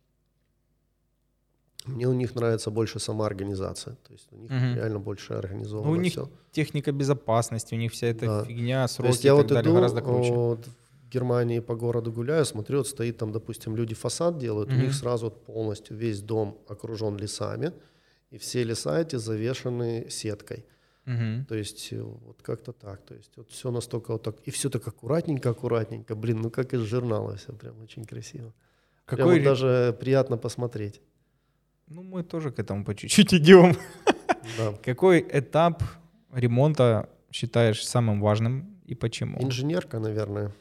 мне у них нравится больше сама организация. То есть у них угу. реально больше организовано ну, у них все. Техника безопасности, у них вся эта да. фигня, сроки То есть я и так вот далее иду, гораздо круче. Вот, в Германии по городу гуляю, смотрю, вот стоит там, допустим, люди фасад делают, mm-hmm. у них сразу вот полностью весь дом окружен лесами, и все леса эти завешены сеткой. Мгм. То есть э, вот как-то так. То есть вот все настолько вот так. И все так аккуратненько, аккуратненько. Блин, ну как из журнала все прям очень красиво. Прям Какой, вот ре- даже приятно посмотреть. Ну, мы тоже к этому по чуть-чуть идем. Да. Какой этап ремонта считаешь самым важным и почему? Инженерка, наверное.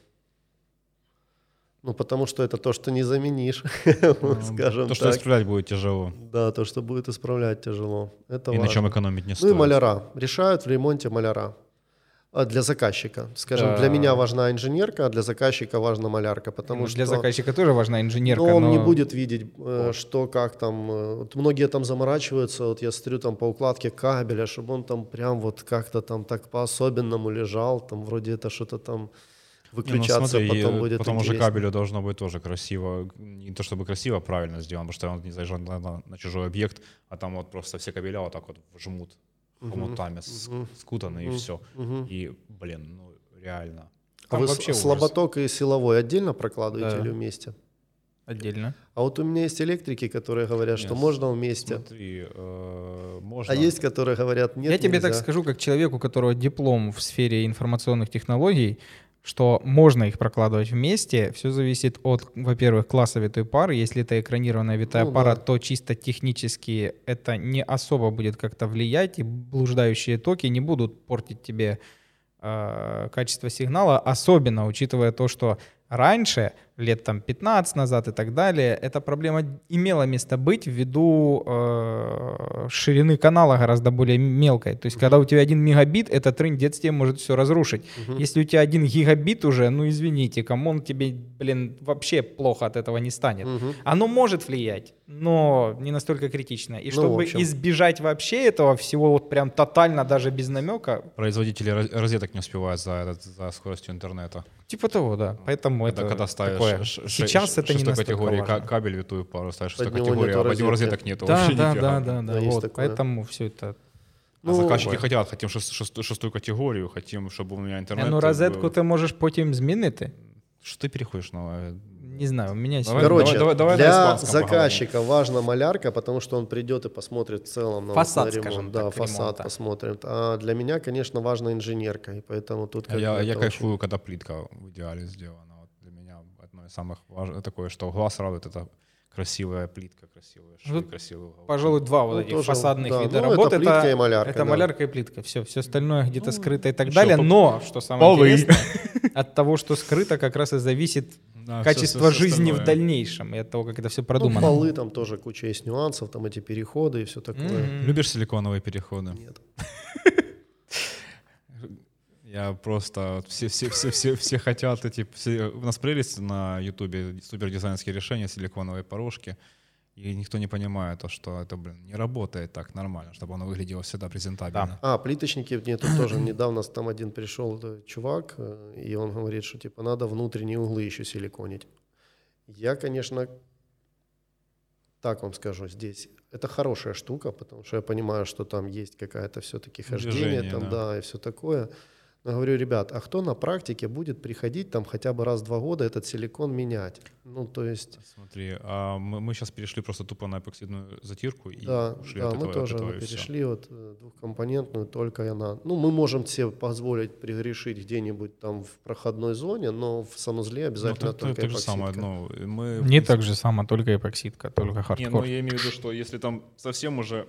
Ну, потому что это то, что не заменишь, вот скажем То, что так. исправлять будет тяжело. Да, то, что будет исправлять тяжело. Это И на чем важно. экономить не Ну и стоит. маляра. Решают в ремонте маляра. А для заказчика. Скажем, Да. для меня важна инженерка, а для заказчика важна малярка. Потому Ну, что для заказчика тоже важна инженерка, но он но не будет видеть, э, что, как там. э, Вот многие там заморачиваются, вот я смотрю там по укладке кабеля, чтобы он там прям вот как-то там так по-особенному лежал, там вроде это что-то там Не, ну выключаться смотри, потом э, будет по тому же интереснее. кабелю должно быть тоже красиво. Не то чтобы красиво, а правильно сделано, потому что он не заезжал на, на- на чужой объект, а там вот просто все кабеля вот так вот жмут хомутами, с- мгм, скутаны и мгм, все. мгм. И, блин, ну реально. А Там вы вообще с- ужас. слаботок и силовой отдельно прокладываете Да. или вместе? отдельно. А вот у меня есть электрики, которые говорят, что Нет, можно вместе, Смотри, э, можно... а есть, которые говорят, нет, Я тебе нельзя. так скажу, как человеку, у которого диплом в сфере информационных технологий, что можно их прокладывать вместе. Все зависит от, во-первых, класса витой пары. Если это экранированная витая Ну, пара, да. то чисто технически это не особо будет как-то влиять, и блуждающие токи не будут портить тебе э, качество сигнала, особенно учитывая то, что раньше, лет там пятнадцать назад и так далее, эта проблема имела место быть ввиду э, ширины канала гораздо более мелкой. То есть, когда у тебя один мегабит, это трындец тебе может все разрушить. Если у тебя один гигабит уже, ну извините, камон, тебе, блин, вообще плохо от этого не станет. Мгм. Оно может влиять, но не настолько критично. И Ну, чтобы в общем. избежать вообще этого всего вот прям тотально, даже без намека, Производители роз- розеток не успевают за, этот, за скоростью интернета. типа того, да. Поэтому Когда, это когда ставишь такое. ш- ш- Сейчас ш- это не шестой настолько категории ка- важно. кабель витую пару, ставишь шестой Под него категории, нету а под него розетки. розеток нету. Да, вообще да, нифига. да, да, да. Да, есть Вот, такое. поэтому все это. А Ну, заказчики такое. хотят, хотим шест- шестую, шестую категорию, хотим, чтобы у меня интернет... Ну, э, розетку был. ти можеш потім змінити. Что ты переходишь на... э, Не знаю, у меня Давай, сегодня... Короче, давай, давай на для испанском заказчика важна малярка, потому что он придет и посмотрит в целом на, Фасад, на ремонт. скажем Да, так, фасад ремонта. посмотрит. А для меня, конечно, важна инженерка, и поэтому тут А как Я, бы я это кайфую, когда плитка в идеале сделана. Вот для меня одно из самых важных, такое, что глаз радует, это красивая плитка, красивые швы, Вот, красивые уголки. Пожалуй, два вот Ну, этих тоже, фасадных да. вида Ну, работ. это плитка и малярка, Это да. малярка и плитка. Все, все остальное где-то Ну, скрыто и так ничего, далее. по- Но, что самое полы. интересное, от того, что скрыто, как раз и зависит Да, всё- качество всё жизни в остальное. дальнейшем и от того, как это все Ну, продумано. полы там тоже куча есть нюансов, там эти переходы и все такое. Мгм. Любишь силиконовые переходы? Нет. Я просто вот все, все, все, все, все хотят эти. Все, у нас прелесть на Ютубе супер дизайнерские решения, силиконовые порожки. И никто не понимает, то, что это, блин, не работает так нормально, чтобы оно выглядело всегда презентабельно. А, плиточники, мне тут тоже недавно там один пришел э, чувак, э, и он говорит, что типа надо внутренние углы еще силиконить. Я, конечно, так вам скажу, здесь это хорошая штука, потому что я понимаю, что там есть какая-то все-таки хождение, Движение, там, да. да, и все такое. Но говорю, ребят, а кто на практике будет приходить там хотя бы раз в два года этот силикон менять? Ну, то есть, Смотри, а мы, мы сейчас перешли просто тупо на эпоксидную затирку и да, ушли да, от мы этого, от тоже этого и всё. перешли вот э, двухкомпонентную, только она. Ну, мы можем себе позволить пригрешить где-нибудь там в проходной зоне, но в санузле Ну, обязательно так, только так же самое. эпоксидка. Ну, мы, Не так же само, только эпоксидка, только Не, ну хардкор. я имею в виду, что если там совсем уже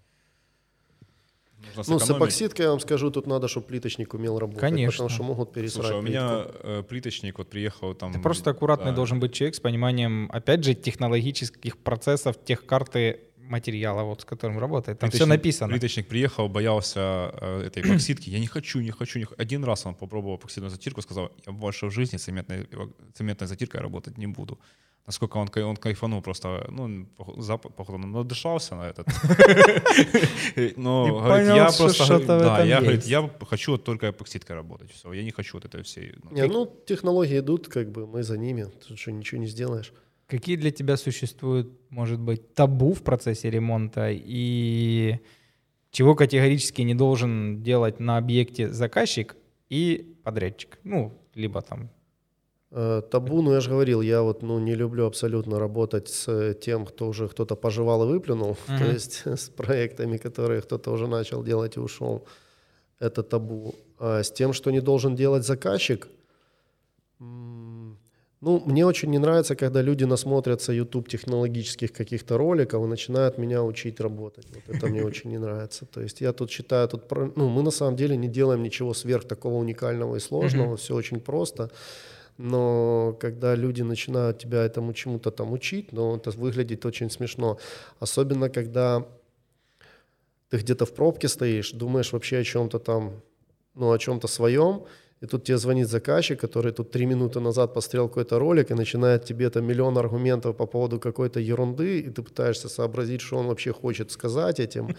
нужно Ну, с сэкономить. эпоксидкой, я вам скажу, тут надо, чтобы плиточник умел работать, Конечно. потому что могут пересрать Слушай, у меня плитку. э, плиточник вот приехал там... Ты просто аккуратный да. должен быть человек с пониманием, опять же, технологических процессов, тех карты материала, вот, с которым работает. Там все Плиточник- написано. Плиточник приехал, боялся э, этой эпоксидки. Я не хочу, не хочу, не хочу. Один раз он попробовал эпоксидную затирку, сказал, я больше в жизни цементной, цементной затиркой работать не буду. Насколько он, кай- он кайфанул просто, ну, пох- запах, походу, надышался на этот. Но, И говорит, понял, я что просто, что-то в да, этом я, говорит, есть. я хочу вот только эпоксидкой работать, все, я не хочу вот этой всей. ну, Не, ну, технологии идут, как бы мы за ними, тут что, ничего не сделаешь. Какие для тебя существуют, может быть, табу в процессе ремонта и чего категорически не должен делать на объекте заказчик и подрядчик? Ну, либо там... Э, Табу, ну я же говорил, я вот ну, не люблю абсолютно работать с тем, кто уже кто-то пожевал и выплюнул, то Мгм. есть с проектами, которые кто-то уже начал делать и ушел. это табу. А с тем, что не должен делать заказчик, ну, мне очень не нравится, когда люди насмотрятся YouTube технологических каких-то роликов и начинают меня учить работать. Вот это мне очень не нравится. То есть я тут считаю, тут, ну, мы на самом деле не делаем ничего сверх такого уникального и сложного, mm-hmm. все очень просто. Но когда люди начинают тебя этому чему-то там учить, ну, это выглядит очень смешно. Особенно, когда ты где-то в пробке стоишь, думаешь вообще о чем-то там, ну, о чем-то своем, и тут тебе звонит заказчик, который тут три минуты назад посмотрел какой-то ролик и начинает тебе там миллион аргументов по поводу какой-то ерунды, и ты пытаешься сообразить, что он вообще хочет сказать этим.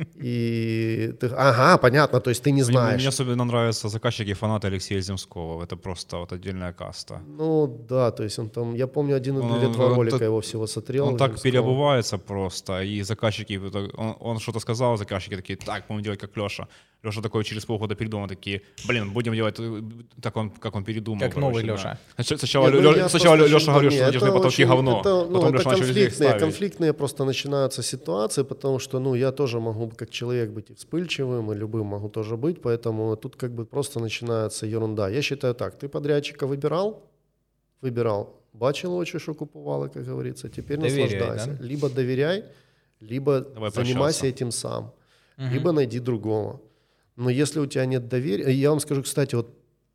И ты, ага, понятно, то есть ты не знаешь. Мне особенно нравятся заказчики, фанаты Алексея Земского. Это просто вот отдельная каста. Ну да, то есть он там, я помню, один или два он, ролика он, его всего смотрел. Он так Земского. переобувается просто, и заказчики, он, он что-то сказал, заказчики такие, так, будем делать как Леша. Леша такой через полгода передумал, такие, блин, будем делать так, он, как он передумал. Как короче, новый да. Леша. Сначала, Нет, ну, Лё, сначала Леша говорил, что это натяжные потолки очень, говно, это, ну, потом это Леша начал везде их конфликтные, ставить. конфликтные просто начинаются ситуации, потому что, ну, я тоже могу как человек быть и вспыльчивым, и любым могу тоже быть, поэтому тут как бы просто начинается ерунда. Я считаю так, ты подрядчика выбирал, выбирал, бачил очі, що купували, как говорится, теперь доверяй, наслаждайся. Да? Либо доверяй, либо Давай занимайся прощаться. этим сам, Угу. либо найди другого. Но если у тебя нет доверия, я вам скажу, кстати, вот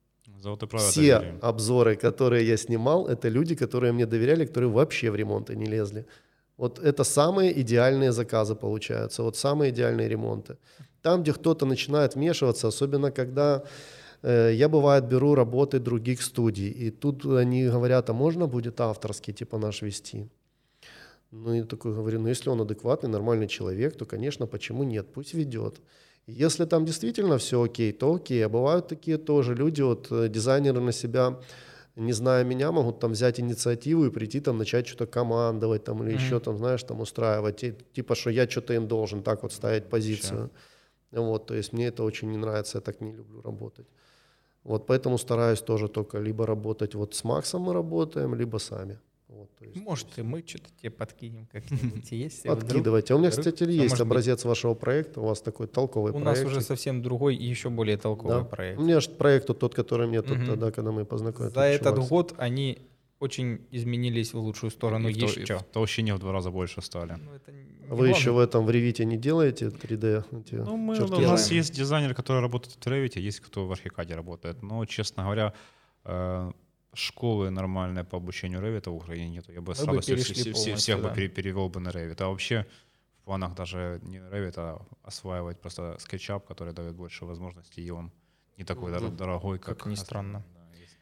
все обзоры, которые я снимал, это люди, которые мне доверяли, которые вообще в ремонты не лезли. Вот это самые идеальные заказы получаются, вот самые идеальные ремонты. Там, где кто-то начинает вмешиваться, особенно когда э, я, бывает, беру работы других студий, и тут они говорят, а можно будет авторский, типа наш вести? Ну, я такой говорю, ну, если он адекватный, нормальный человек, то, конечно, почему нет, пусть ведет. Если там действительно все окей, то окей. А бывают такие тоже люди, вот дизайнеры на себя, не зная меня, могут там взять инициативу и прийти там начать что-то командовать там или mm-hmm. еще там, знаешь, там устраивать. И, типа, что я что-то им должен, так вот ставить позицию. Sure. Вот, то есть мне это очень не нравится, я так не люблю работать. Вот, поэтому стараюсь тоже только либо работать, вот с Максом мы работаем, либо сами. Вот, то есть, может, и мы что-то тебе подкинем как-нибудь. Есть, подкидывайте. А у меня, кстати, а есть образец быть... вашего проекта. У вас такой толковый у проект. У нас уже совсем другой и еще более толковый да? проект. У меня же проект тот, который мне тут угу. тогда, когда мы познакомились. За этот год они очень изменились в лучшую сторону. И еще. В, то, в толщине в два раза больше стали. Ну, это а вы еще в этом в Revit не делаете три дэ? Ну, мы, у нас есть дизайнер, который работает в Revit, есть кто в Архикаде работает. Но, честно говоря, э- школы нормальной по обучению Revit в Украине нету. Я бы с радостью все, все, всех да. бы перевел бы на Revit. А вообще в планах даже не Revit, а осваивать просто SketchUp, который дает больше возможностей, и он не такой mm-hmm. дорогой, как... Как ни странно. Да, есть.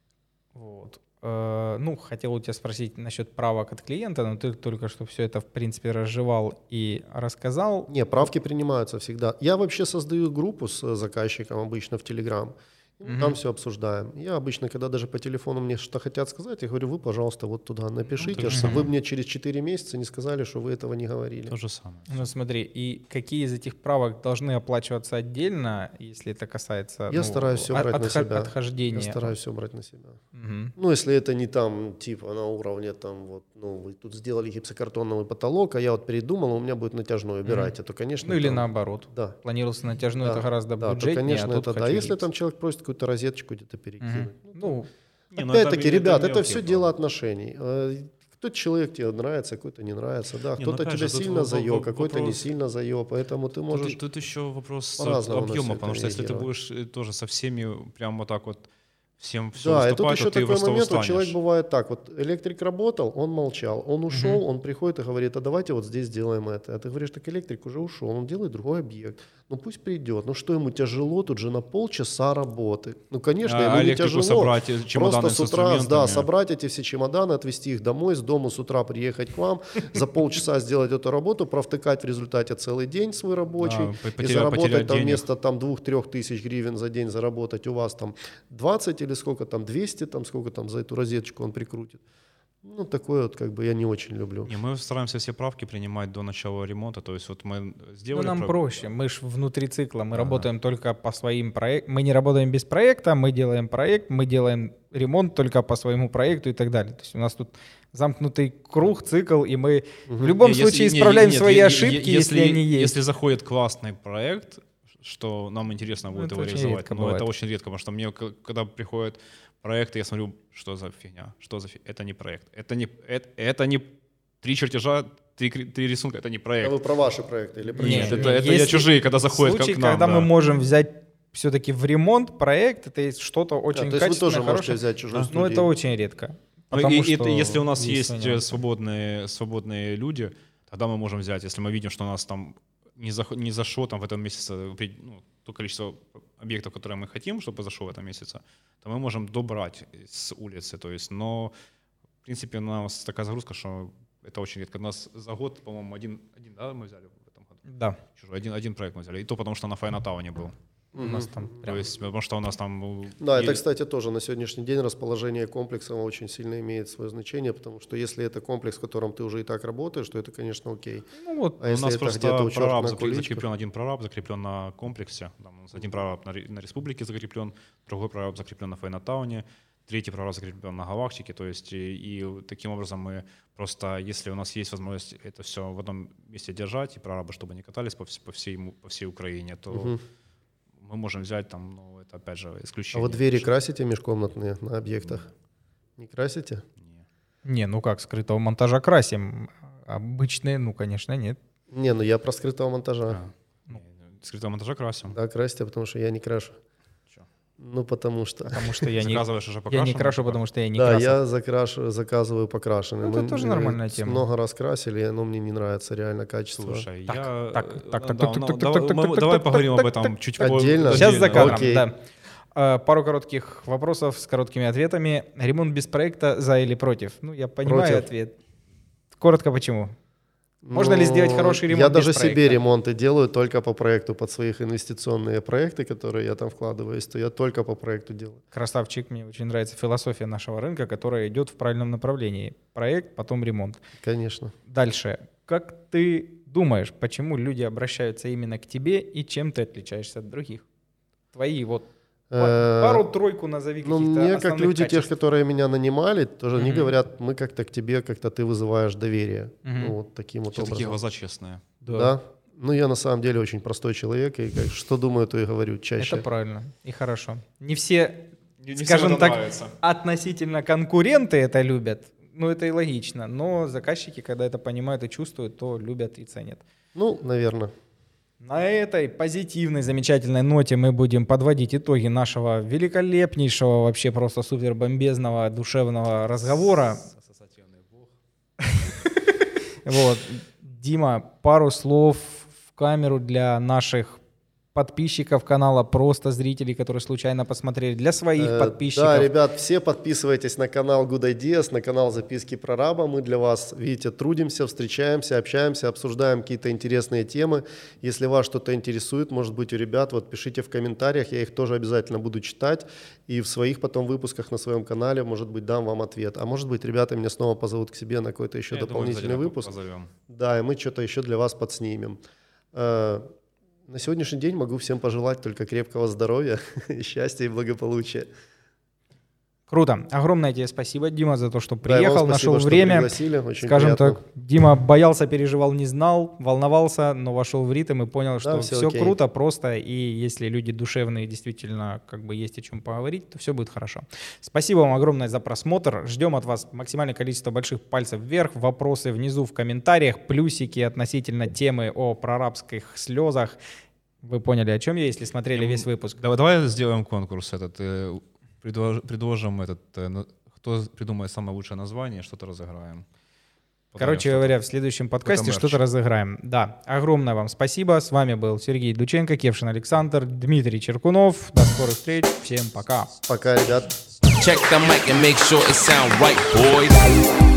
Вот. Э, ну, хотел у тебя спросить насчет правок от клиента, но ты только что все это, в принципе, разжевал и рассказал. Не, правки принимаются всегда. Я вообще создаю группу с заказчиком обычно в Telegram. Mm-hmm. Там все обсуждаем. Я обычно, когда даже по телефону мне что-то хотят сказать, я говорю, вы, пожалуйста, вот туда напишите, ну, чтобы вы мне через четыре месяца не сказали, что вы этого не говорили. То же самое. Ну смотри, и какие из этих правок должны оплачиваться отдельно, если это касается Я ну, стараюсь все брать от, на себя. Отхождения. Я стараюсь все брать на себя. Угу. Ну, если это не там, типа, на уровне, там, вот, ну, вы тут сделали гипсокартоновый потолок, а я вот передумал, у меня будет натяжной, убирайте, угу. то, конечно... Ну, или там, наоборот. Да. Планировался натяжной, да, это гораздо да, бюджетнее, то, конечно, а тут это да. Если гипс. Там человек просит какую-то розеточку где-то перекинуть. Угу. Ну, ну, опять-таки, ребят, это, это все было. Дело отношений. Кто-то человек тебе нравится, какой-то не нравится, да, кто-то не, ну, тебя же, сильно заеб, вопрос... какой-то не сильно заеб, поэтому ты можешь... Тут, тут еще вопрос объема, потому что если ты будешь тоже со всеми прям вот так вот всем все да, выступать, и тут еще то такой ты момент, устанешь. человек бывает так, вот электрик работал, он молчал, он ушел, угу. он приходит и говорит, а давайте вот здесь сделаем это. А ты говоришь, так электрик уже ушел, он делает другой объект. Ну пусть придет, ну что ему тяжело, тут же на полчаса работы. Ну конечно, а, ему не тяжело, собрать просто с утра да, собрать эти все чемоданы, отвезти их домой, с дома с утра приехать к вам, за полчаса сделать эту работу, провтыкать в результате целый день свой рабочий да, и заработать там вместо там двух-трех тысяч гривен за день заработать у вас там двадцать или сколько там, двести, там сколько там за эту розеточку он прикрутит. Ну, такое вот как бы я не очень люблю. Не, мы стараемся все правки принимать до начала ремонта, то есть вот мы сделали... Ну, нам про... проще, мы же внутри цикла, мы ага. работаем только по своим проектам, мы не работаем без проекта, мы делаем проект, мы делаем ремонт только по своему проекту и так далее. То есть у нас тут замкнутый круг, цикл, и мы угу. в любом не, случае если, исправляем не, нет, свои нет, ошибки, если, если они есть. Если заходит классный проект, что нам интересно Ну, будет это его очень реализовать. редко Но бывает. это очень редко, потому что мне, к- когда приходят проекты, я смотрю, что за фигня, что за фигня. Это не проект. Это не, это, это не три чертежа, три, кри- три рисунка, это не проект. Это вы про ваши проекты или про Нет, Не, это, не, это я если чужие, когда заходят Случай, к нам. когда да. мы можем взять все-таки в ремонт проект, это есть что-то А, очень то есть вы качественное, тоже можете хорошее. взять чужую Но студию. это очень редко. Ну, Потому и, и- что если у нас есть, свои э, нюансы. свободные, свободные люди, тогда мы можем взять. Если мы видим, что у нас там не, зах- не зашло там, в этом месяце опре- ну, то количество объектов, которые мы хотим, чтобы зашло в этом месяце, то мы можем добрать с улицы. То есть, но, в принципе, у нас такая загрузка, что это очень редко. У нас за год, по-моему, один, один да, мы взяли в этом году. Да, Чужой, один, один проект мы взяли. И то потому, что на Файнатауне был. у нас там То прям... есть, потому что у нас там... ну, Да, это, и- кстати, тоже на сегодняшний день расположение комплекса очень сильно имеет свое значение, потому что если это комплекс, в котором ты уже и так работаешь, то это, конечно, окей. Ну вот, А у если нас это просто где-то у черта прораб на закреп- куличках? закреплен, один прораб закреплен на комплексе, там у нас один прораб на, ре- на республике закреплен, другой прораб закреплен на Файнатауне, третий прораб закреплен на галактике, то есть и, и таким образом мы просто, если у нас есть возможность это все в одном месте держать, и прорабы, чтобы не катались по, вс- по, всей, му- по всей Украине, то Мгм. мы можем взять там, ну, это опять же А исключение. вот двери красите межкомнатные на объектах? Не красите? Не. не, ну как, скрытого монтажа красим. Обычные, ну, конечно, нет. Не, ну я про скрытого монтажа. А, не, скрытого монтажа красим. Да, красите, потому что я не крашу. Чё? Ну, потому что... Потому что я не, Заказываешь уже я покрашенное? не крашу, потому что я не да, красил. я закрашу, заказываю покрашенный. Ну, это Мы, тоже э, нормальная с- тема. Много раз красили, и оно мне не нравится реально качество. Слушай, Так, я... так, э, так, так, да, так, ну, так, давай- так, так, мы- так, Давай так, поговорим так, об этом так, чуть так. позже. Отдельно? Сейчас за кадром, Окей. да. А, Пару коротких вопросов с короткими ответами. Ремонт без проекта за или против? Ну, я понимаю Против. ответ. Коротко почему? Можно ли сделать хороший ремонт Я без даже себе проекта? ремонты делаю только по проекту, под своих инвестиционные проекты, которые я там вкладываюсь, то я только по проекту делаю. Красавчик, мне очень нравится философия нашего рынка, которая идет в правильном направлении. Проект, потом ремонт. Конечно. Дальше. Как ты думаешь, почему люди обращаются именно к тебе и чем ты отличаешься от других? Твои вот па- Э, пару-тройку назови Ну, каких-то мне, как основных люди, тех, качеств. которые меня нанимали, тоже они Мгм. говорят, мы как-то к тебе, как-то ты вызываешь доверие. Мгм. Ну, вот таким вот У тебя такие образом. глаза честные. Да. Ну, я на самом деле очень простой человек, и как, что думаю, то и говорю чаще. Это правильно и хорошо. Не все, Не- не скажем всем это так, нравится. относительно конкуренты это любят. Ну, это и логично. Но заказчики, когда это понимают и чувствуют, то любят и ценят. Ну, наверное. На этой позитивной, замечательной ноте мы будем подводить итоги нашего великолепнейшего, вообще просто супер бомбезного, душевного разговора. Ассоциативный бог. Вот. Дима, пару слов в камеру для наших подписчиков канала, просто зрителей, которые случайно посмотрели, для своих Э, подписчиков. Да, ребят, все подписывайтесь на канал Good Ideas, на канал Записки прораба. Мы для вас, видите, трудимся, встречаемся, общаемся, обсуждаем какие-то интересные темы. Если вас что-то интересует, может быть, у ребят, вот пишите в комментариях, я их тоже обязательно буду читать. И в своих потом выпусках на своем канале, может быть, дам вам ответ. А может быть, ребята меня снова позовут к себе на какой-то еще Я думаю, дополнительный обязательно выпуск. позовем. Да, и мы что-то еще для вас подснимем. Э, На сегодняшний день могу всем пожелать только крепкого здоровья, счастья и благополучия. Круто. Огромное тебе спасибо, Дима, за то, что Да, и приехал, вам спасибо, нашел что время. пригласили, очень Скажем приятно. так, Дима боялся, переживал, не знал, волновался, но вошел в ритм и понял, что Да, все, всё окей. круто, просто, и если люди душевные, действительно, как бы есть о чем поговорить, то все будет хорошо. Спасибо вам огромное за просмотр. Ждем от вас максимальное количество больших пальцев вверх, вопросы внизу в комментариях, плюсики относительно темы о прорабских слезах. Вы поняли, о чем я, если смотрели весь выпуск. Давай, давай сделаем конкурс этот. э, предлож- Предложим этот, э, на- кто придумает самое лучшее название, что-то разыграем. Подарим Короче что-то. говоря, в следующем подкасте мерч. что-то разыграем. Да, огромное вам спасибо. С вами был Сергей Дученко, Кевшин Александр, Дмитрий Черкунов. До скорых встреч. Всем пока. Пока, ребят. Check the mic and make sure it sound right, boys.